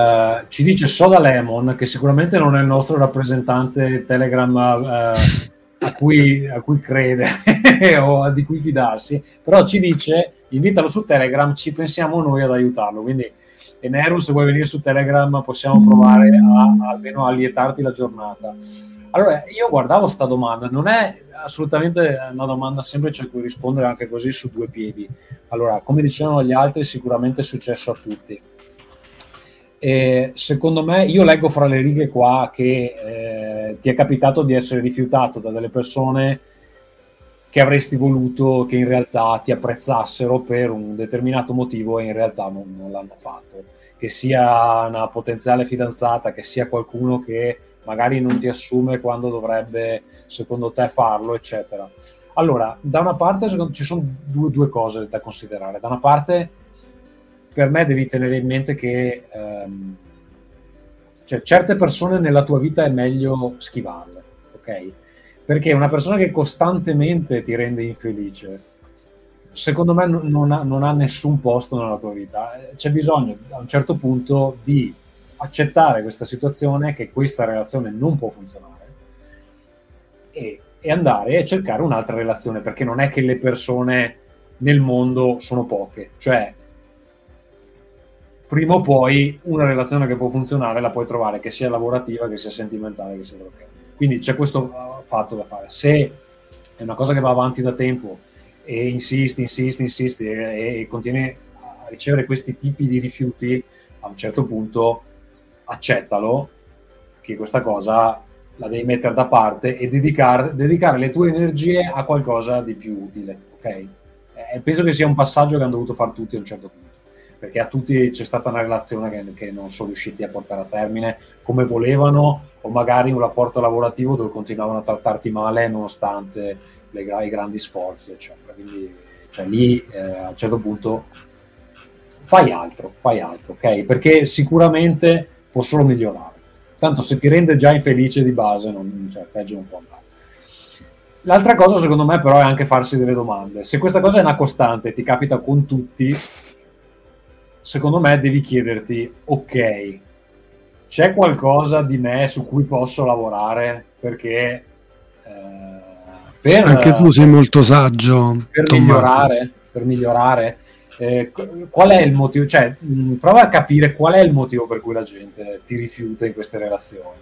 Ci dice Soda Lemon, che sicuramente non è il nostro rappresentante Telegram a cui crede o di cui fidarsi, però ci dice invitalo su Telegram, ci pensiamo noi ad aiutarlo. Quindi Eneru, se vuoi venire su Telegram possiamo provare a almeno allietarti la giornata. Allora, io guardavo sta domanda, non è assolutamente una domanda semplice a cui rispondere anche così su due piedi. Allora, come dicevano gli altri, sicuramente è successo a tutti. E secondo me, io leggo fra le righe qua che ti è capitato di essere rifiutato da delle persone che avresti voluto che in realtà ti apprezzassero per un determinato motivo e in realtà non l'hanno fatto, che sia una potenziale fidanzata, che sia qualcuno che magari non ti assume quando dovrebbe secondo te farlo, eccetera. Allora, da una parte ci sono due cose da considerare. Da una parte, per me devi tenere in mente che cioè, certe persone nella tua vita è meglio schivarle, ok? Perché una persona che costantemente ti rende infelice, secondo me non ha nessun posto nella tua vita. C'è bisogno a un certo punto di accettare questa situazione, che questa relazione non può funzionare, e andare a cercare un'altra relazione, perché non è che le persone nel mondo sono poche, cioè prima o poi una relazione che può funzionare la puoi trovare, che sia lavorativa, che sia sentimentale, che sia quello che è. Quindi c'è questo fatto da fare. Se è una cosa che va avanti da tempo e insisti e continui a ricevere questi tipi di rifiuti, a un certo punto accettalo, che questa cosa la devi mettere da parte e dedicare le tue energie a qualcosa di più utile, ok? Penso che sia un passaggio che hanno dovuto fare tutti a un certo punto, perché a tutti c'è stata una relazione che non sono riusciti a portare a termine come volevano, o magari un rapporto lavorativo dove continuavano a trattarti male nonostante i grandi sforzi, eccetera. Quindi cioè, lì a un certo punto fai altro, ok? Perché sicuramente può solo migliorare. Tanto se ti rende già infelice di base, cioè, peggio non può andare. L'altra cosa secondo me però è anche farsi delle domande. Se questa cosa è una costante, ti capita con tutti, secondo me devi chiederti, ok, c'è qualcosa di me su cui posso lavorare, perché anche tu sei molto saggio per migliorare. Qual è il motivo? Cioè, prova a capire qual è il motivo per cui la gente ti rifiuta in queste relazioni,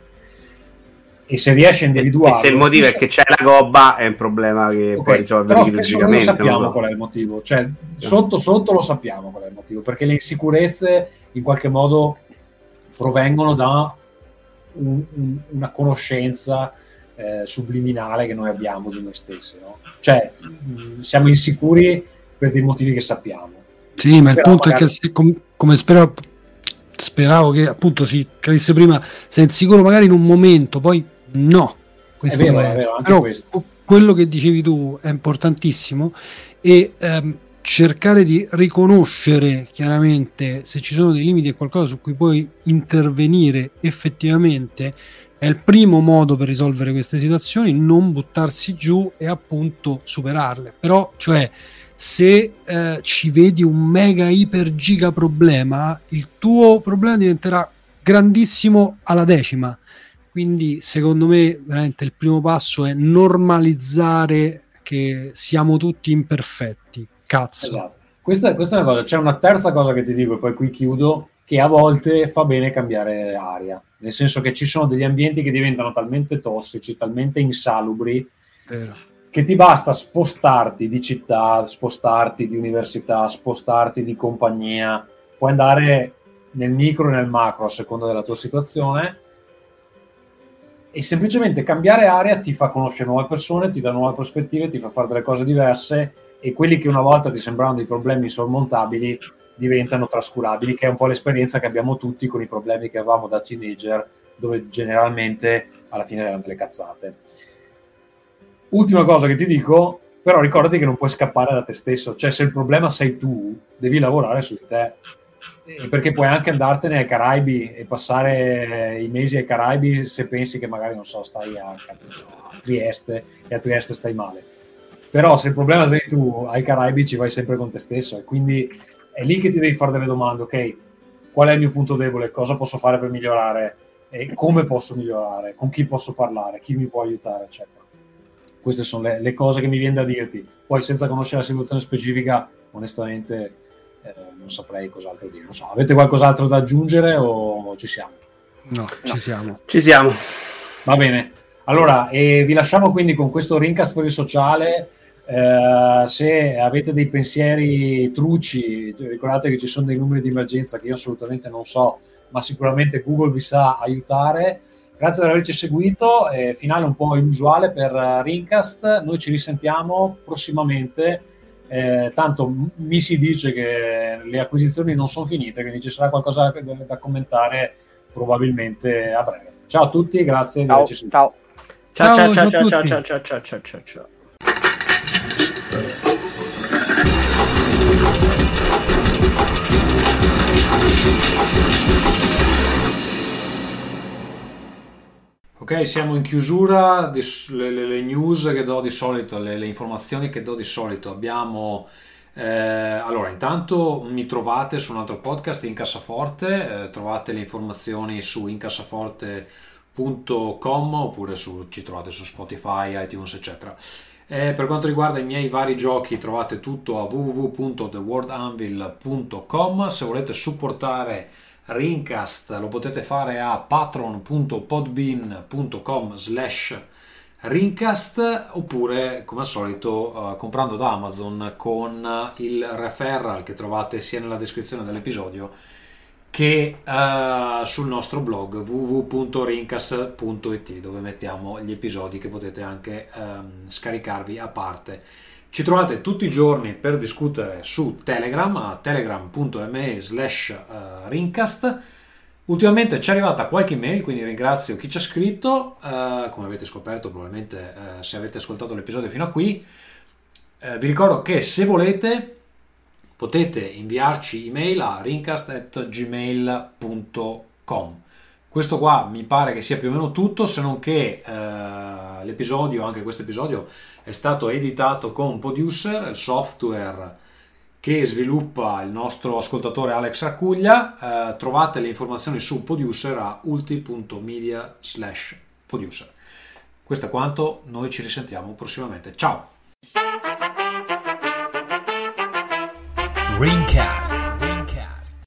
e se riesci a individuarlo. E se il motivo è che c'è la gobba, è un problema che puoi risolvere chirurgicamente. Però sappiamo qual è il motivo, cioè sotto lo sappiamo qual è il motivo, perché le insicurezze in qualche modo provengono da una conoscenza subliminale che noi abbiamo di noi stessi, no? Cioè siamo insicuri per dei motivi che sappiamo. Sì, ma il punto magari... è che come speravo che appunto si capisse prima, sei insicuro magari in un momento, poi no. Questo è vero, anche però questo. Quello che dicevi tu è importantissimo, e cercare di riconoscere chiaramente se ci sono dei limiti e qualcosa su cui puoi intervenire effettivamente è il primo modo per risolvere queste situazioni, non buttarsi giù e appunto superarle. Però, cioè, se ci vedi un mega iper giga problema, il tuo problema diventerà grandissimo alla decima. Quindi secondo me veramente il primo passo è normalizzare che siamo tutti imperfetti. Cazzo. Esatto. Questa è una cosa. C'è una terza cosa che ti dico e poi qui chiudo, che a volte fa bene cambiare aria, nel senso che ci sono degli ambienti che diventano talmente tossici, talmente insalubri, che ti basta spostarti di città, spostarti di università, spostarti di compagnia, puoi andare nel micro e nel macro a seconda della tua situazione, e semplicemente cambiare area ti fa conoscere nuove persone, ti dà nuove prospettive, ti fa fare delle cose diverse, e quelli che una volta ti sembravano dei problemi insormontabili diventano trascurabili, che è un po' l'esperienza che abbiamo tutti con i problemi che avevamo da teenager, dove generalmente alla fine erano delle cazzate. Ultima cosa che ti dico, però ricordati che non puoi scappare da te stesso, cioè se il problema sei tu, devi lavorare su di te, perché puoi anche andartene ai Caraibi e passare i mesi ai Caraibi se pensi che magari, non so, stai a Trieste e a Trieste stai male, però se il problema sei tu, ai Caraibi ci vai sempre con te stesso, e quindi è lì che ti devi fare delle domande. Ok, qual è il mio punto debole, cosa posso fare per migliorare, e come posso migliorare, con chi posso parlare, chi mi può aiutare, eccetera. queste sono le cose che mi viene da dirti. Poi senza conoscere la situazione specifica, onestamente non saprei cos'altro dire. Non so, avete qualcos'altro da aggiungere o ci siamo? No, ci siamo. Ci siamo. Va bene. Allora, vi lasciamo quindi con questo Rincast per il sociale. Se avete dei pensieri truci, ricordate che ci sono dei numeri di emergenza che io assolutamente non so, ma sicuramente Google vi sa aiutare. Grazie per averci seguito, finale un po' inusuale per Rincast. Noi ci risentiamo prossimamente, tanto mi si dice che le acquisizioni non sono finite, quindi ci sarà qualcosa da commentare probabilmente a breve. Ciao a tutti, grazie di averci seguito. Ciao. Ciao. Ok, siamo in chiusura. Le news che do di solito, le informazioni che do di solito. Abbiamo allora, intanto mi trovate su un altro podcast, in Cassaforte, trovate le informazioni su incassaforte.com oppure ci trovate su Spotify, iTunes, eccetera. Per quanto riguarda i miei vari giochi, trovate tutto a www.theworldanvil.com. Se volete supportare Rincast lo potete fare a patron.podbean.com/Rincast oppure come al solito comprando da Amazon con il referral che trovate sia nella descrizione dell'episodio che sul nostro blog www.rincast.it, dove mettiamo gli episodi che potete anche scaricarvi a parte. Ci trovate tutti i giorni per discutere su Telegram a telegram.me/Rincast. Ultimamente ci è arrivata qualche email, quindi ringrazio chi ci ha scritto. Come avete scoperto probabilmente se avete ascoltato l'episodio fino a qui, vi ricordo che se volete potete inviarci email a rincast@gmail.com. Questo qua mi pare che sia più o meno tutto, se non che l'episodio, anche questo episodio, è stato editato con Producer, il software che sviluppa il nostro ascoltatore Alex Raccuglia. Trovate le informazioni su Producer a ulti.media/producer. Questo è quanto, noi ci risentiamo prossimamente. Ciao! Rincast.